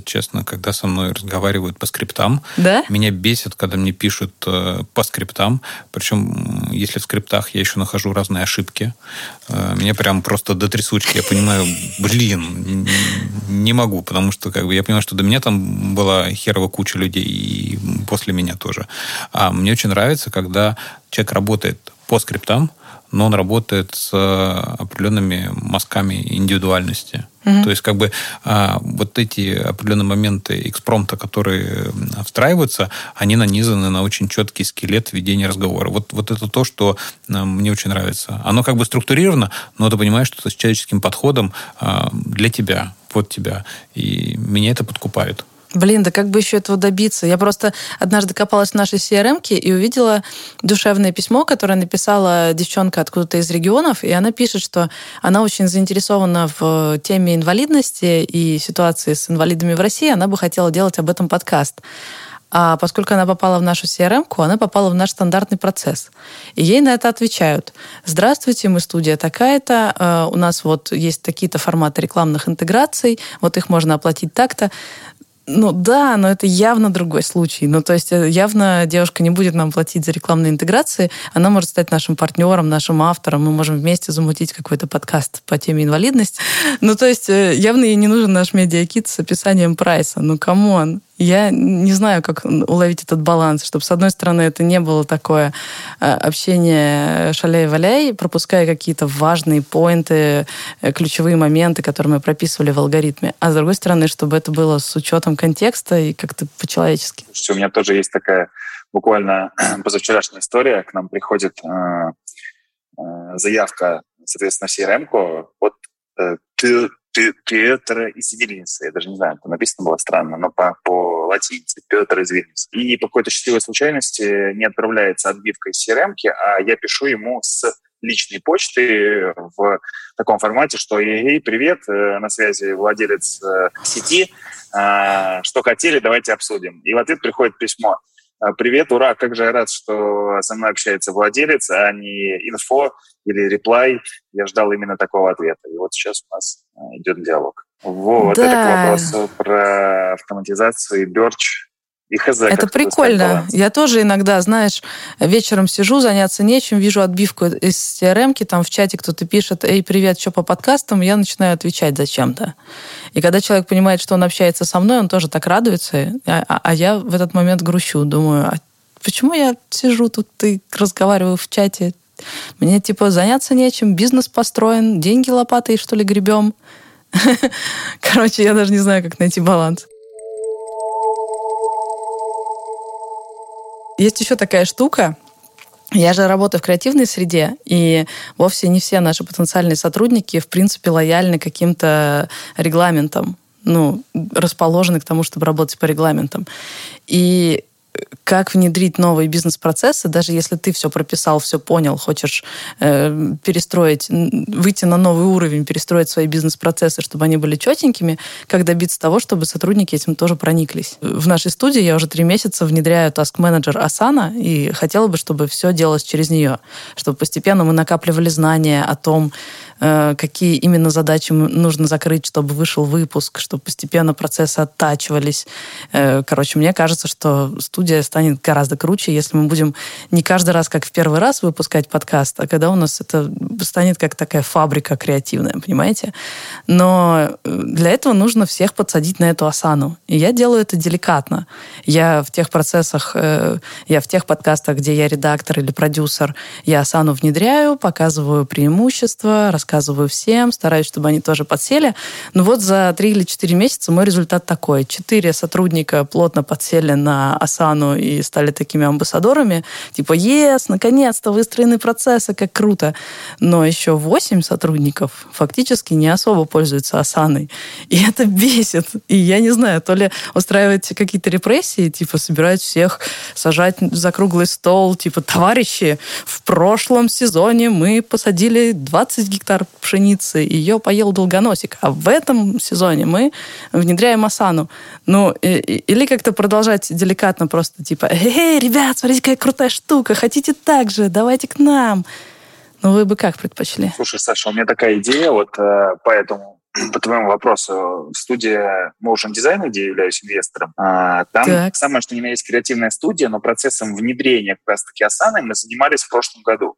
бесит, честно, когда со мной разговаривают по скриптам. Да? Меня бесит, когда мне пишут э, по скриптам. Причем, если в скриптах я еще нахожу разные ошибки, э, меня прям просто до трясучки. Я понимаю, блин, не могу, потому что как бы, я понимаю, что до меня там была херова куча людей, и после меня тоже. А мне очень нравится, когда человек работает по скриптам, но он работает с определенными мазками индивидуальности. Mm-hmm. То есть, как бы, а, вот эти определенные моменты экспромта, которые встраиваются, они нанизаны на очень четкий скелет ведения разговора. Вот, вот это то, что а, мне очень нравится. Оно как бы структурировано, но ты понимаешь, что это с человеческим подходом а, для тебя, под тебя. И меня это подкупает. Блин, да как бы еще этого добиться? Я просто однажды копалась в нашей си эр эм-ке и увидела душевное письмо, которое написала девчонка откуда-то из регионов, и она пишет, что она очень заинтересована в теме инвалидности и ситуации с инвалидами в России, она бы хотела делать об этом подкаст. А поскольку она попала в нашу си эр эм-ку, она попала в наш стандартный процесс. И ей на это отвечают. Здравствуйте, мы студия такая-то, у нас вот есть такие-то форматы рекламных интеграций, вот их можно оплатить так-то. Ну да, но это явно другой случай. Ну, то есть явно девушка не будет нам платить за рекламные интеграции, она может стать нашим партнером, нашим автором, мы можем вместе замутить какой-то подкаст по теме инвалидности. Ну, то есть явно ей не нужен наш медиакит с описанием прайса. Ну, камон. Я не знаю, как уловить этот баланс, чтобы, с одной стороны, это не было такое общение шаляй-валяй, пропуская какие-то важные поинты, ключевые моменты, которые мы прописывали в алгоритме, а с другой стороны, чтобы это было с учетом контекста и как-то по-человечески. У меня тоже есть такая буквально позавчерашняя история. К нам приходит э, э, заявка, соответственно, в си эр эм-ку. Вот э, ты Петр из Вильнюса. Я даже не знаю, там написано было странно, но по, по латинице. Петр из Вильнюса. И по какой-то счастливой случайности не отправляется отбивка из си эр эм-ки, а я пишу ему с личной почты в таком формате, что «Эй, привет, на связи владелец сети, что хотели, давайте обсудим». И в ответ приходит письмо: «Привет, ура, как же я рад, что со мной общается владелец, а не инфо или реплай». Я ждал именно такого ответа. И вот сейчас у нас идет диалог. Вот, да. Это к вопросу про автоматизацию и Бёрч. И хз, это прикольно. Я тоже иногда, знаешь, вечером сижу, заняться нечем, вижу отбивку из си эр эм-ки, там в чате кто-то пишет: «Эй, привет, что по подкастам?» Я начинаю отвечать зачем-то. И когда человек понимает, что он общается со мной, он тоже так радуется, а, а я в этот момент грущу, думаю: а почему я сижу тут и разговариваю в чате? Мне, типа, заняться нечем, бизнес построен, деньги лопатой, что ли, гребем. Короче, я даже не знаю, как найти баланс. Есть еще такая штука. Я же работаю в креативной среде, и вовсе не все наши потенциальные сотрудники, в принципе, лояльны к каким-то регламентам, ну, расположены к тому, чтобы работать по регламентам. И как внедрить новые бизнес-процессы, даже если ты все прописал, все понял, хочешь э, перестроить, выйти на новый уровень, перестроить свои бизнес-процессы, чтобы они были четенькими, как добиться того, чтобы сотрудники этим тоже прониклись. В нашей студии я уже три месяца внедряю Task Manager Asana, и хотела бы, чтобы все делалось через нее, чтобы постепенно мы накапливали знания о том, э, какие именно задачи нужно закрыть, чтобы вышел выпуск, чтобы постепенно процессы оттачивались. Э, короче, мне кажется, что студия станет гораздо круче, если мы будем не каждый раз, как в первый раз, выпускать подкаст, а когда у нас это станет как такая фабрика креативная, понимаете? Но для этого нужно всех подсадить на эту осану. И я делаю это деликатно. Я в тех процессах, я в тех подкастах, где я редактор или продюсер, я осану внедряю, показываю преимущества, рассказываю всем, стараюсь, чтобы они тоже подсели. Но вот за три или четыре месяца мой результат такой. Четыре сотрудника плотно подсели на осану и стали такими амбассадорами, типа, ес, наконец-то выстроены процессы, как круто. Но еще восемь сотрудников фактически не особо пользуются осаной. И это бесит. И я не знаю, то ли устраивать какие-то репрессии, типа, собирать всех, сажать за круглый стол, типа, товарищи, в прошлом сезоне мы посадили двадцать гектар пшеницы, ее поел долгоносик, а в этом сезоне мы внедряем осану. Ну, и, или как-то продолжать деликатно просто типа: «Эй, ребят, смотрите, какая крутая штука, хотите так же, давайте к нам». Ну, вы бы как предпочли? Слушай, Саша, у меня такая идея вот э, по этому по твоему вопросу, студия Motion Design, где я являюсь инвестором, там так. самое, что ни на есть креативная студия, но процессом внедрения как раз-таки Asana мы занимались в прошлом году.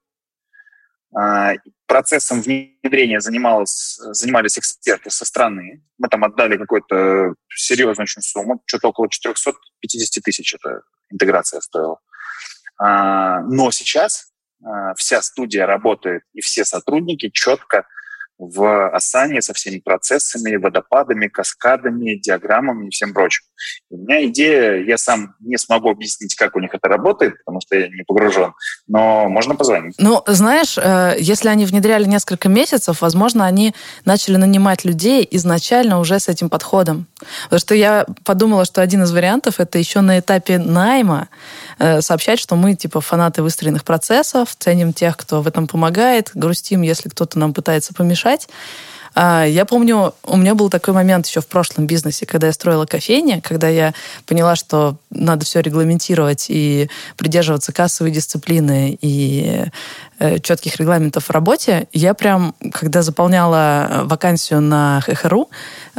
Процессом внедрения занималась, занимались эксперты со стороны. Мы там отдали какую-то серьезную очень сумму, что-то около четыреста пятьдесят тысяч эта интеграция стоила. Но сейчас вся студия работает, и все сотрудники четко в Asana со всеми процессами, водопадами, каскадами, диаграммами и всем прочим. У меня идея, я сам не смогу объяснить, как у них это работает, потому что я не погружен, но можно позвонить. Ну, знаешь, если они внедряли несколько месяцев, возможно, они начали нанимать людей изначально уже с этим подходом. Потому что я подумала, что один из вариантов — это еще на этапе найма сообщать, что мы, типа, фанаты выстроенных процессов, ценим тех, кто в этом помогает, грустим, если кто-то нам пытается помешать. Я помню, у меня был такой момент еще в прошлом бизнесе, когда я строила кофейни, когда я поняла, что надо все регламентировать и придерживаться кассовой дисциплины и четких регламентов в работе. Я прям, когда заполняла вакансию на ха ха ру,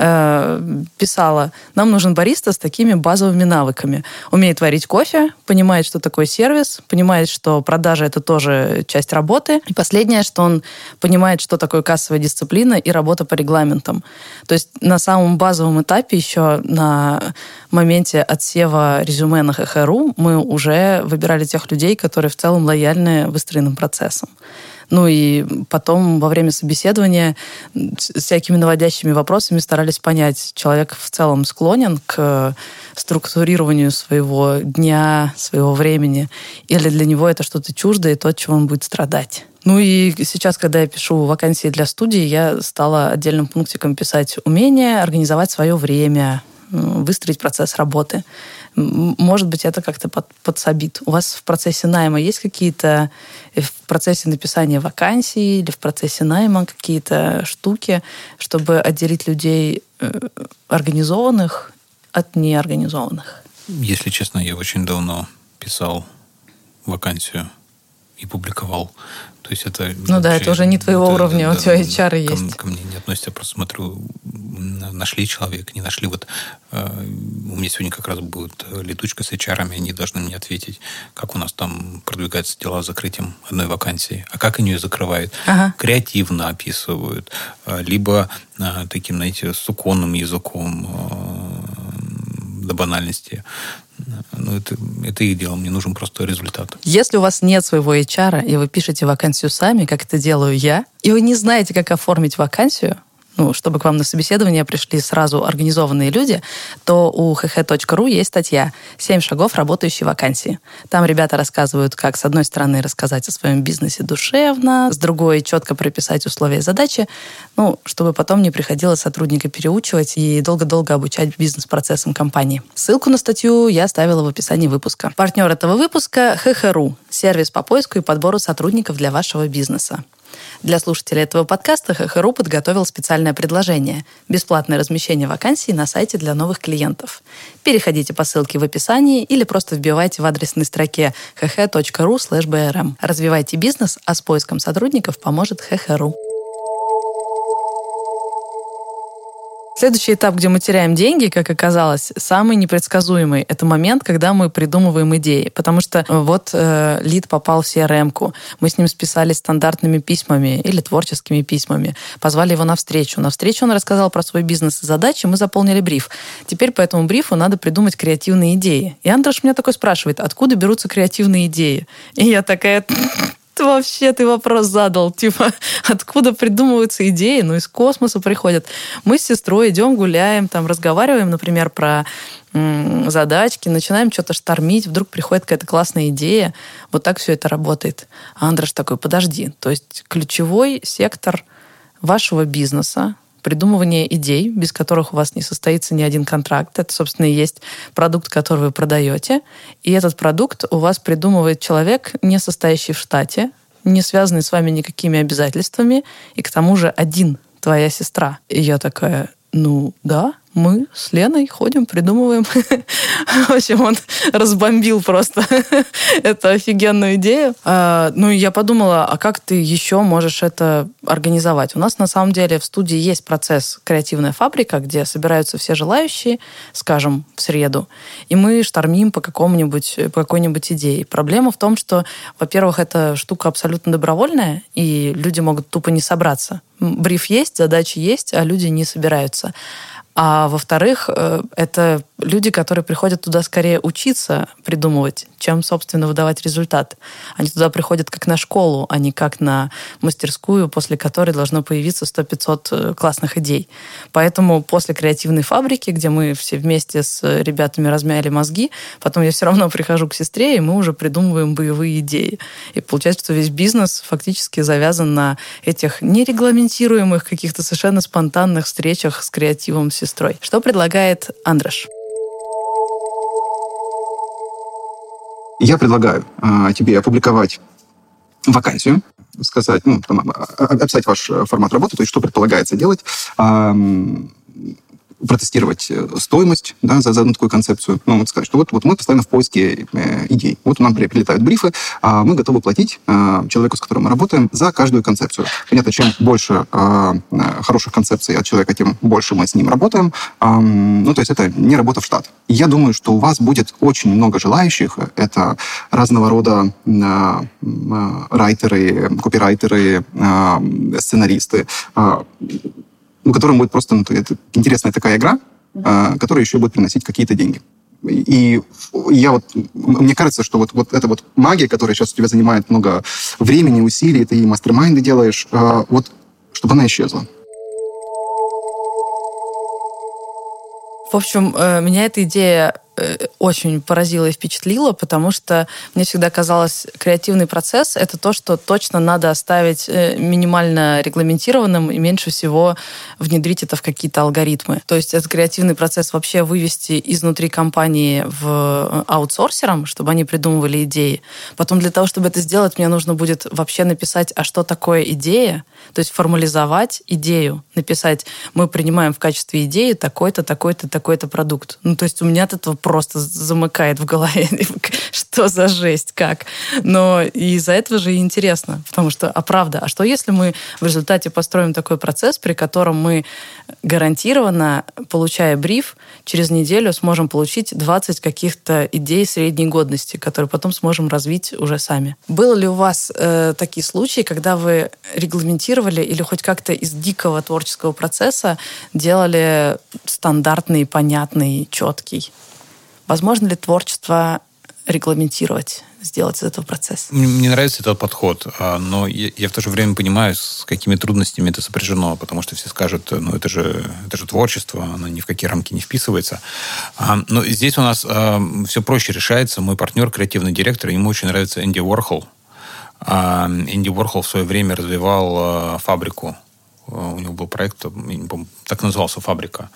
писала: нам нужен бариста с такими базовыми навыками. Умеет варить кофе, понимает, что такое сервис, понимает, что продажа — это тоже часть работы. И последнее, что он понимает, что такое кассовая дисциплина и работа по регламентам. То есть на самом базовом этапе, еще на моменте отсева резюме на ха ха ру, мы уже выбирали тех людей, которые в целом лояльны выстроенным процессам. Ну и потом во время собеседования с всякими наводящими вопросами старались понять, человек в целом склонен к структурированию своего дня, своего времени, или для него это что-то чуждое и то, от чего он будет страдать. Ну и сейчас, когда я пишу вакансии для студии, я стала отдельным пунктиком писать умение организовать свое время, выстроить процесс работы. Может быть, это как-то под, подсобит. У вас в процессе найма есть какие-то, в процессе написания вакансий или в процессе найма какие-то штуки, чтобы отделить людей организованных от неорганизованных? Если честно, я очень давно писал вакансию и публиковал. То есть это... Ну да, это уже не твоего это, уровня, да, у тебя эйч ар ко, есть. Ко мне не относится, я просто смотрю, нашли человека, не нашли. Вот э, у меня сегодня как раз будет летучка с эйч ар-ами, они должны мне ответить, как у нас там продвигаются дела с закрытием одной вакансии, а как они ее закрывают. Ага. Креативно описывают, либо э, таким, знаете, суконным языком э, до банальности. Ну, это, это их дело, мне нужен просто результат. Если у вас нет своего эйч ар, и вы пишете вакансию сами, как это делаю я, и вы не знаете, как оформить вакансию, ну, чтобы к вам на собеседование пришли сразу организованные люди, то у ха ха точка ру есть статья «семь шагов работающей вакансии». Там ребята рассказывают, как, с одной стороны, рассказать о своем бизнесе душевно, с другой, четко прописать условия и задачи, ну, чтобы потом не приходилось сотрудника переучивать и долго-долго обучать бизнес-процессам компании. Ссылку на статью я оставила в описании выпуска. Партнер этого выпуска — ха ха ру, сервис по поиску и подбору сотрудников для вашего бизнеса. Для слушателей этого подкаста ха ха ру подготовил специальное предложение – бесплатное размещение вакансий на сайте для новых клиентов. Переходите по ссылке в описании или просто вбивайте в адресной строке ха ха точка ру слэш бэ эр эм. Развивайте бизнес, а с поиском сотрудников поможет ха ха ру. Следующий этап, где мы теряем деньги, как оказалось, самый непредсказуемый. Это момент, когда мы придумываем идеи. Потому что вот э, лид попал в си эр эм-ку, мы с ним списались стандартными письмами или творческими письмами, позвали его на встречу. На встречу он рассказал про свой бизнес и задачи, мы заполнили бриф. Теперь по этому брифу надо придумать креативные идеи. И Андраш меня такой спрашивает, откуда берутся креативные идеи? И я такая... Ты вообще, ты вопрос задал. Типа, откуда придумываются идеи? Ну, из космоса приходят. Мы с сестрой идем, гуляем, там, разговариваем, например, про м- задачки, начинаем что-то штормить, вдруг приходит какая-то классная идея. Вот так все это работает. А Андраш такой, подожди. То есть ключевой сектор вашего бизнеса, придумывание идей, без которых у вас не состоится ни один контракт. Это, собственно, и есть продукт, который вы продаете. И этот продукт у вас придумывает человек, не состоящий в штате, не связанный с вами никакими обязательствами, и к тому же один, твоя сестра. И я такая, ну да, мы с Леной ходим, придумываем. В общем, он разбомбил просто эту офигенную идею. Ну, и я подумала, а как ты еще можешь это организовать? У нас, на самом деле, в студии есть процесс «Креативная фабрика», где собираются все желающие, скажем, в среду, и мы штормим по какому-нибудь, по какой-нибудь идее. Проблема в том, что, во-первых, эта штука абсолютно добровольная, и люди могут тупо не собраться. Бриф есть, задачи есть, а люди не собираются. А во-вторых, это люди, которые приходят туда скорее учиться придумывать, чем, собственно, выдавать результат. Они туда приходят как на школу, а не как на мастерскую, после которой должно появиться сто-пятьсот классных идей. Поэтому после креативной фабрики, где мы все вместе с ребятами размяли мозги, потом я все равно прихожу к сестре, и мы уже придумываем боевые идеи. И получается, что весь бизнес фактически завязан на этих нерегламентируемых, каких-то совершенно спонтанных встречах с креативом с сестрой. Что предлагает Андраш? Я предлагаю э, тебе опубликовать вакансию, сказать, ну, там, описать ваш формат работы, то есть что предполагается делать, э, протестировать стоимость, да, за, за одну такую концепцию. Ну, вот сказать, что вот, вот мы постоянно в поиске э, идей. Вот нам прилетают брифы, а мы готовы платить э, человеку, с которым мы работаем, за каждую концепцию. Понятно, чем больше э, хороших концепций от человека, тем больше мы с ним работаем. Э, ну, то есть это не работа в штат. И я думаю, что у вас будет очень много желающих. Это разного рода э, э, райтеры, копирайтеры, э, сценаристы, э, ну, которым будет просто ну, это интересная такая игра, mm-hmm. э, которая еще будет приносить какие-то деньги. И, и я вот, мне кажется, что вот, вот эта вот магия, которая сейчас у тебя занимает много времени, усилий, ты и мастер-майнды делаешь, э, вот, чтобы она исчезла. В общем, меня эта идея очень поразила и впечатлила, потому что мне всегда казалось, креативный процесс — это то, что точно надо оставить минимально регламентированным и меньше всего внедрить это в какие-то алгоритмы. То есть этот креативный процесс вообще вывести изнутри компании в аутсорсерам, чтобы они придумывали идеи. Потом для того, чтобы это сделать, мне нужно будет вообще написать, а что такое идея, то есть формализовать идею, написать, мы принимаем в качестве идеи такой-то, такой-то, такой-то продукт. Ну, то есть у меня от этого просто замыкает в голове. Что за жесть, как? Но из-за этого же и интересно, потому что, а правда, а что если мы в результате построим такой процесс, при котором мы гарантированно, получая бриф, через неделю сможем получить двадцать каких-то идей средней годности, которые потом сможем развить уже сами. Было ли у вас э, такие случаи, когда вы регламентировали или хоть как-то из дикого творческого процесса делали стандартный, понятный, четкий? Возможно ли творчество регламентировать, сделать из этого процесс? Мне нравится этот подход, но я в то же время понимаю, с какими трудностями это сопряжено, потому что все скажут, ну это же, это же творчество, оно ни в какие рамки не вписывается. Но здесь у нас все проще решается. Мой партнер, креативный директор, ему очень нравится Энди Уорхол. Энди Уорхол в свое время развивал фабрику. У него был проект, не помню, так назывался «Фабрика».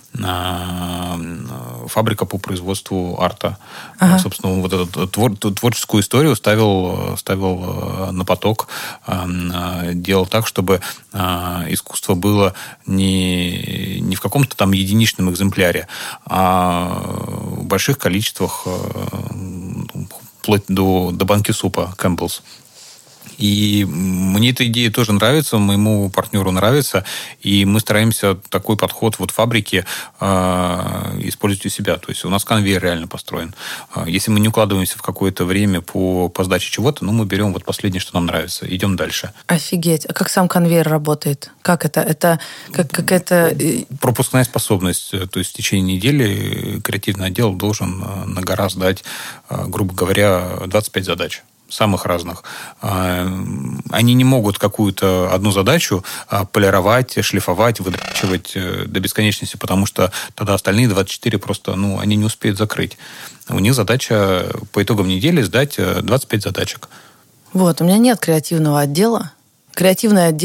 Фабрика по производству арта. Ага. Собственно, вот эту твор, творческую историю ставил, ставил на поток, делал так, чтобы искусство было не, не в каком-то там единичном экземпляре, а в больших количествах, вплоть до, до банки супа Campbell's. И мне эта идея тоже нравится, моему партнеру нравится, и мы стараемся такой подход вот фабрики э, использовать у себя. То есть у нас конвейер реально построен. Если мы не укладываемся в какое-то время по, по сдаче чего-то, ну, мы берем вот последнее, что нам нравится, идем дальше. Офигеть. А как сам конвейер работает? Как это? Это как, как это... Пропускная способность. То есть в течение недели креативный отдел должен на гора сдать, грубо говоря, двадцать пять задач. Самых разных. Они не могут какую-то одну задачу полировать, шлифовать, выдрачивать до бесконечности, потому что тогда остальные двадцать четыре просто, ну, они не успеют закрыть. У них задача по итогам недели сдать двадцать пять задачек. Вот, у меня нет креативного отдела. Креативный отдел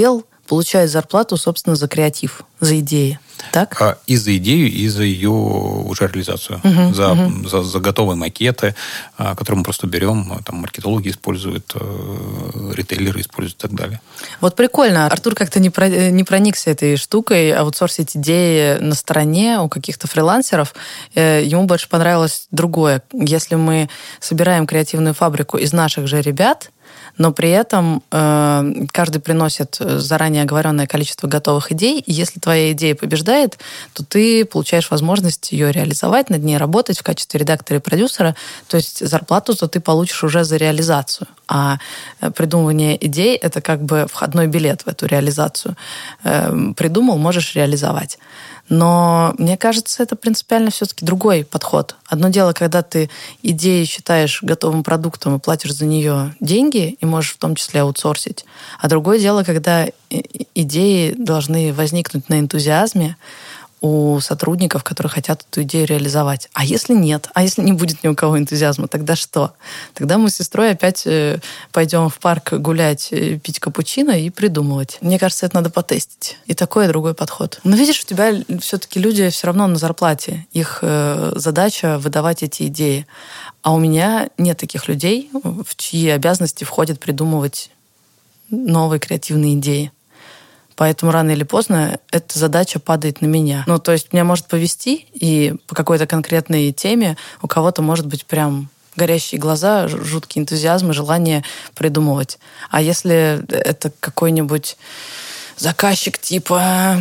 получают зарплату, собственно, за креатив, за идеи. Так? А, и за идею, и за ее уже реализацию. Uh-huh, за, uh-huh. За, за готовые макеты, которые мы просто берем, там маркетологи используют, ритейлеры используют и так далее. Вот прикольно. Артур как-то не, про, не проникся этой штукой, аутсорсить идеи на стороне у каких-то фрилансеров. Ему больше понравилось другое. Если мы собираем креативную фабрику из наших же ребят, но при этом э, каждый приносит заранее оговоренное количество готовых идей, и если твоя идея побеждает, то ты получаешь возможность ее реализовать, над ней работать в качестве редактора и продюсера, то есть зарплату то ты получишь уже за реализацию. А придумывание идей – это как бы входной билет в эту реализацию. Э, придумал, можешь реализовать. Но мне кажется, это принципиально все-таки другой подход. Одно дело, когда ты идею считаешь готовым продуктом и платишь за нее деньги, и можешь в том числе аутсорсить. А другое дело, когда идеи должны возникнуть на энтузиазме у сотрудников, которые хотят эту идею реализовать. А если нет? А если не будет ни у кого энтузиазма, тогда что? Тогда мы с сестрой опять пойдем в парк гулять, пить капучино и придумывать. Мне кажется, это надо потестить. И такой, и другой подход. Но видишь, у тебя все-таки люди все равно на зарплате. Их задача выдавать эти идеи. А у меня нет таких людей, в чьи обязанности входит придумывать новые креативные идеи. Поэтому рано или поздно эта задача падает на меня. Ну, то есть меня может повести, и по какой-то конкретной теме у кого-то может быть прям горящие глаза, жуткий энтузиазм и желание придумывать. А если это какой-нибудь заказчик типа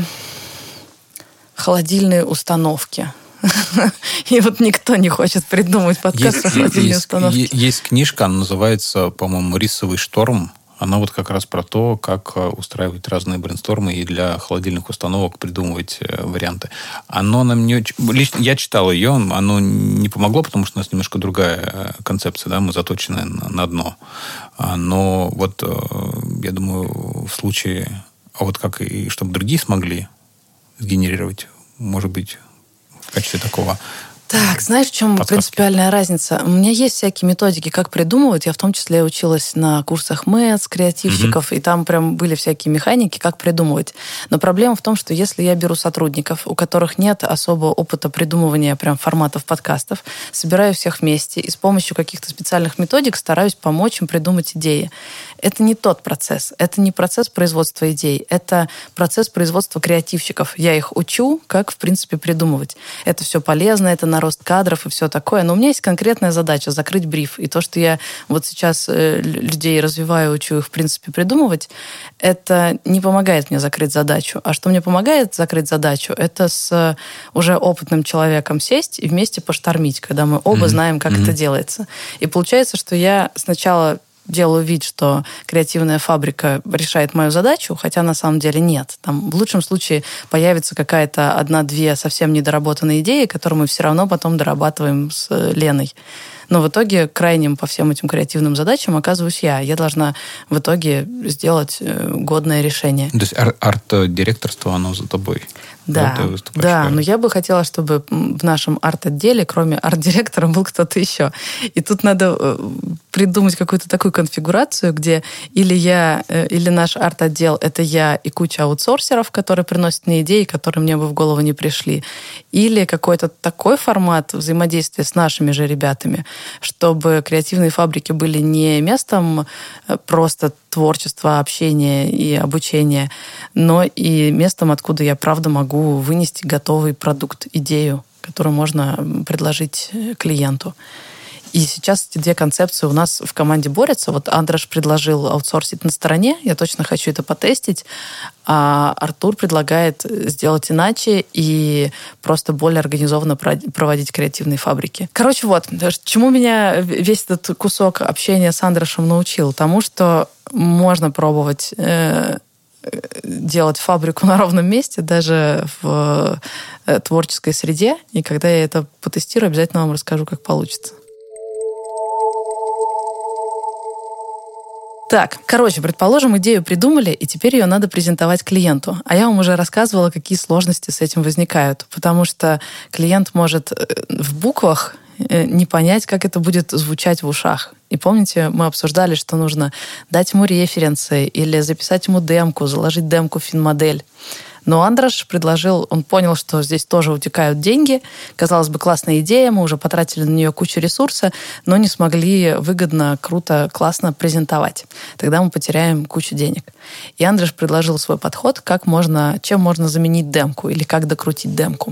холодильной установки, и вот никто не хочет придумать подкаст о холодильной установке. Есть книжка, она называется, по-моему, «Рисовый шторм». Она вот как раз про то, как устраивать разные брейнстормы и для холодильных установок придумывать варианты. Оно нам не очень... Лично я читал ее, оно не помогло, потому что у нас немножко другая концепция, да, мы заточены на, на дно. Но вот, я думаю, в случае... А вот как и чтобы другие смогли сгенерировать, может быть, в качестве такого... Так, знаешь, в чем подсказки? Принципиальная разница? У меня есть всякие методики, как придумывать. Я в том числе училась на курсах МЭЦ, креативщиков, mm-hmm. и там прям были всякие механики, как придумывать. Но проблема в том, что если я беру сотрудников, у которых нет особого опыта придумывания прям форматов подкастов, собираю всех вместе и с помощью каких-то специальных методик стараюсь помочь им придумать идеи. Это не тот процесс. Это не процесс производства идей. Это процесс производства креативщиков. Я их учу, как, в принципе, придумывать. Это все полезно, это на рост кадров и все такое. Но у меня есть конкретная задача — закрыть бриф. И то, что я вот сейчас людей развиваю, учу их, в принципе, придумывать, это не помогает мне закрыть задачу. А что мне помогает закрыть задачу, это с уже опытным человеком сесть и вместе поштормить, когда мы оба mm-hmm. знаем, как mm-hmm. это делается. И получается, что я сначала делаю вид, что креативная фабрика решает мою задачу, хотя на самом деле нет. Там в лучшем случае появится какая-то одна-две совсем недоработанные идеи, которые мы все равно потом дорабатываем с Леной. Но в итоге крайним по всем этим креативным задачам оказываюсь я. Я должна в итоге сделать годное решение. То есть ар- арт-директорство, оно за тобой? Да, да, но я бы хотела, чтобы в нашем арт-отделе, кроме арт-директора, был кто-то еще. И тут надо придумать какую-то такую конфигурацию, где или я, или наш арт-отдел — это я и куча аутсорсеров, которые приносят мне идеи, которые мне бы в голову не пришли, или какой-то такой формат взаимодействия с нашими же ребятами, чтобы креативные фабрики были не местом просто творчества, общения и обучения, но и местом, откуда я, правда, могу вынести готовый продукт, идею, которую можно предложить клиенту. И сейчас эти две концепции у нас в команде борются. Вот Андраш предложил аутсорсить на стороне, я точно хочу это потестить, а Артур предлагает сделать иначе и просто более организованно проводить креативные фабрики. Короче, вот, чему меня весь этот кусок общения с Андрашем научил? Тому, что можно пробовать э, делать фабрику на ровном месте, даже в э, творческой среде. И когда я это потестирую, обязательно вам расскажу, как получится. Так, короче, предположим, идею придумали, и теперь ее надо презентовать клиенту. А я вам уже рассказывала, какие сложности с этим возникают. Потому что клиент может в буквах не понять, как это будет звучать в ушах. И помните, мы обсуждали, что нужно дать ему референсы или записать ему демку, заложить демку в финмодель. Но Андраш предложил, он понял, что здесь тоже утекают деньги. Казалось бы, классная идея, мы уже потратили на нее кучу ресурса, но не смогли выгодно, круто, классно презентовать. Тогда мы потеряем кучу денег. И Андраш предложил свой подход, как можно, чем можно заменить демку или как докрутить демку.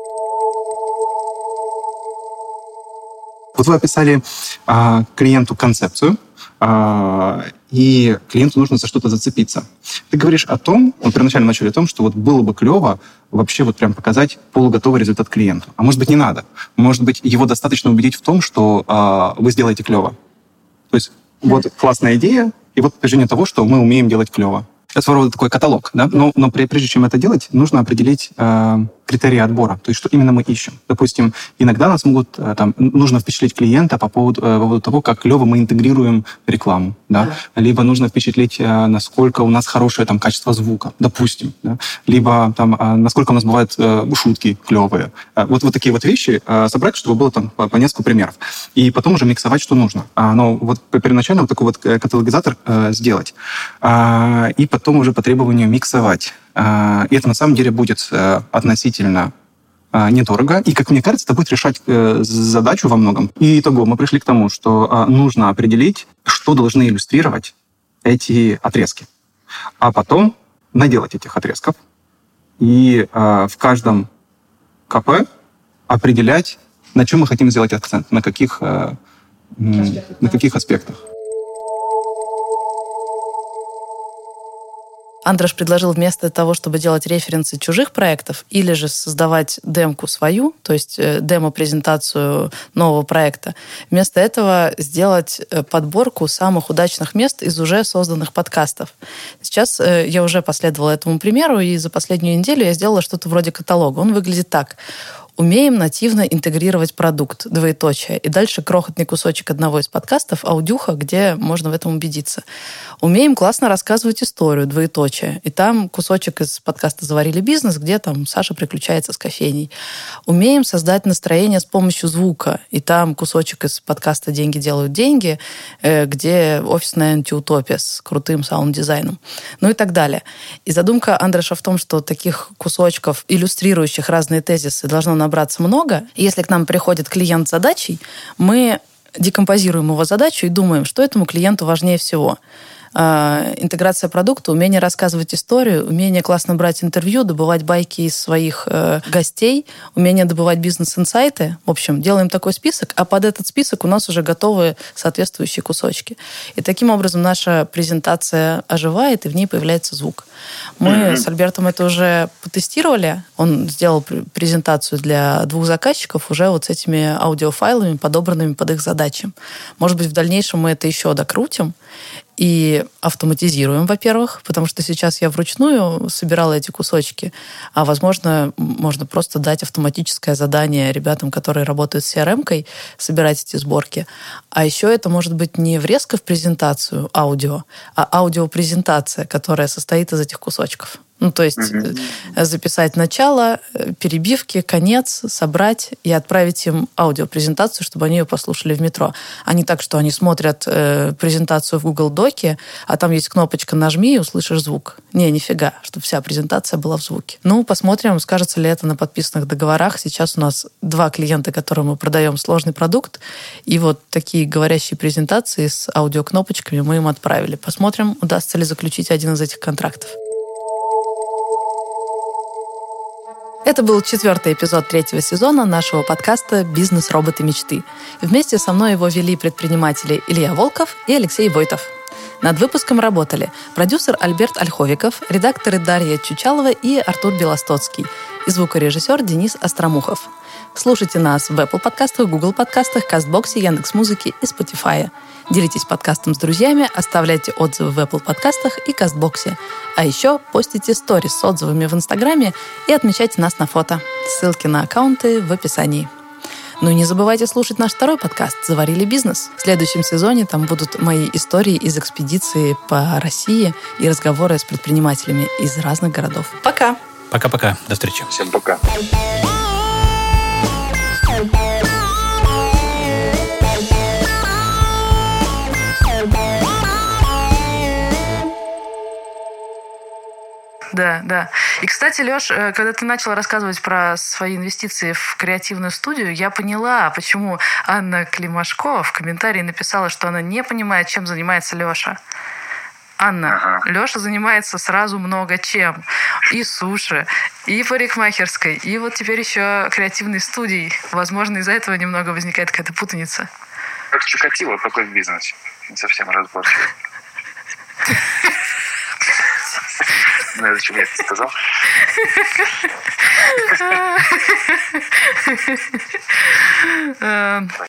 Вот вы описали а, клиенту концепцию, а, и клиенту нужно за что-то зацепиться. Ты говоришь о том, вот первоначально начали о том, что вот было бы клево вообще вот прям показать полуготовый результат клиенту. А может быть, не надо. Может быть, его достаточно убедить в том, что а, вы сделаете клево. То есть вот классная идея, и вот подтверждение того, что мы умеем делать клево. Это своего рода такой каталог, да? Но, но прежде чем это делать, нужно определить э, критерии отбора, то есть что именно мы ищем. Допустим, иногда нас могут, э, там, нужно впечатлить клиента по поводу, э, по поводу того, как клево мы интегрируем рекламу, да? Да. Либо нужно впечатлить, э, насколько у нас хорошее там, качество звука, допустим, да? Либо там, э, насколько у нас бывают э, шутки клевые. Э, вот, вот такие вот вещи э, собрать, чтобы было там по, по несколько примеров. И потом уже миксовать, что нужно. А, но вот первоначально вот такой вот каталогизатор э, сделать. А, и потом уже по требованию миксовать. И это на самом деле будет относительно недорого. И, как мне кажется, это будет решать задачу во многом. И итого мы пришли к тому, что нужно определить, что должны иллюстрировать эти отрезки. А потом наделать этих отрезков. И в каждом КП определять, на чем мы хотим сделать акцент, на каких, на каких аспектах. Андраш предложил вместо того, чтобы делать референсы чужих проектов или же создавать демку свою, то есть демо-презентацию нового проекта, вместо этого сделать подборку самых удачных мест из уже созданных подкастов. Сейчас я уже последовала этому примеру, и за последнюю неделю я сделала что-то вроде каталога. Он выглядит так. Умеем нативно интегрировать продукт, двоеточие. И дальше крохотный кусочек одного из подкастов, аудюха, где можно в этом убедиться. Умеем классно рассказывать историю, двоеточие. И там кусочек из подкаста «Заварили бизнес», где там Саша приключается с кофейней. Умеем создать настроение с помощью звука. И там кусочек из подкаста «Деньги делают деньги», где офисная антиутопия с крутым саунд-дизайном. Ну и так далее. И задумка Андраша в том, что таких кусочков, иллюстрирующих разные тезисы, должно набраться много. И если к нам приходит клиент с задачей, мы декомпозируем его задачу и думаем, что этому клиенту важнее всего. Интеграция продукта, умение рассказывать историю, умение классно брать интервью, добывать байки из своих э, гостей, умение добывать бизнес-инсайты. В общем, делаем такой список, а под этот список у нас уже готовы соответствующие кусочки. И таким образом наша презентация оживает, и в ней появляется звук. Мы mm-hmm. с Альбертом это уже потестировали. Он сделал презентацию для двух заказчиков уже вот с этими аудиофайлами, подобранными под их задачи. Может быть, в дальнейшем мы это еще докрутим и автоматизируем, во-первых, потому что сейчас я вручную собирала эти кусочки, а, возможно, можно просто дать автоматическое задание ребятам, которые работают с си ар эм-кой, собирать эти сборки. А еще это может быть не врезка в презентацию аудио, а аудиопрезентация, которая состоит из этих кусочков. Ну, то есть mm-hmm. записать начало, перебивки, конец, собрать и отправить им аудиопрезентацию, чтобы они ее послушали в метро. А не так, что они смотрят э, презентацию в Google Доке, а там есть кнопочка «Нажми» и услышишь звук. Не, нифига, чтобы вся презентация была в звуке. Ну, посмотрим, скажется ли это на подписанных договорах. Сейчас у нас два клиента, которым мы продаем сложный продукт, и вот такие говорящие презентации с аудиокнопочками мы им отправили. Посмотрим, удастся ли заключить один из этих контрактов. Это был четвертый эпизод третьего сезона нашего подкаста «Бизнес-роботы мечты». Вместе со мной его вели предприниматели Илья Волков и Алексей Войтов. Над выпуском работали продюсер Альберт Ольховиков, редакторы Дарья Чучалова и Артур Белостоцкий и звукорежиссер Денис Остромухов. Слушайте нас в Apple подкастах, Google подкастах, Кастбоксе, Яндекс.Музыке и Spotify. Делитесь подкастом с друзьями, оставляйте отзывы в Apple подкастах и Кастбоксе. А еще постите сторис с отзывами в Инстаграме и отмечайте нас на фото. Ссылки на аккаунты в описании. Ну и не забывайте слушать наш второй подкаст «Заварили бизнес». В следующем сезоне там будут мои истории из экспедиции по России и разговоры с предпринимателями из разных городов. Пока! Пока-пока. До встречи. Всем пока. Да, да. И, кстати, Леш, когда ты начала рассказывать про свои инвестиции в креативную студию, я поняла, почему Анна Климашко в комментарии написала, что она не понимает, чем занимается Леша. Анна, ага. Леша занимается сразу много чем. И суши, и парикмахерской, и вот теперь еще креативной студией. Возможно, из-за этого немного возникает какая-то путаница. Как Чикатило, такой в бизнесе. Не совсем разборчивый. Ну, зачем я это сказал?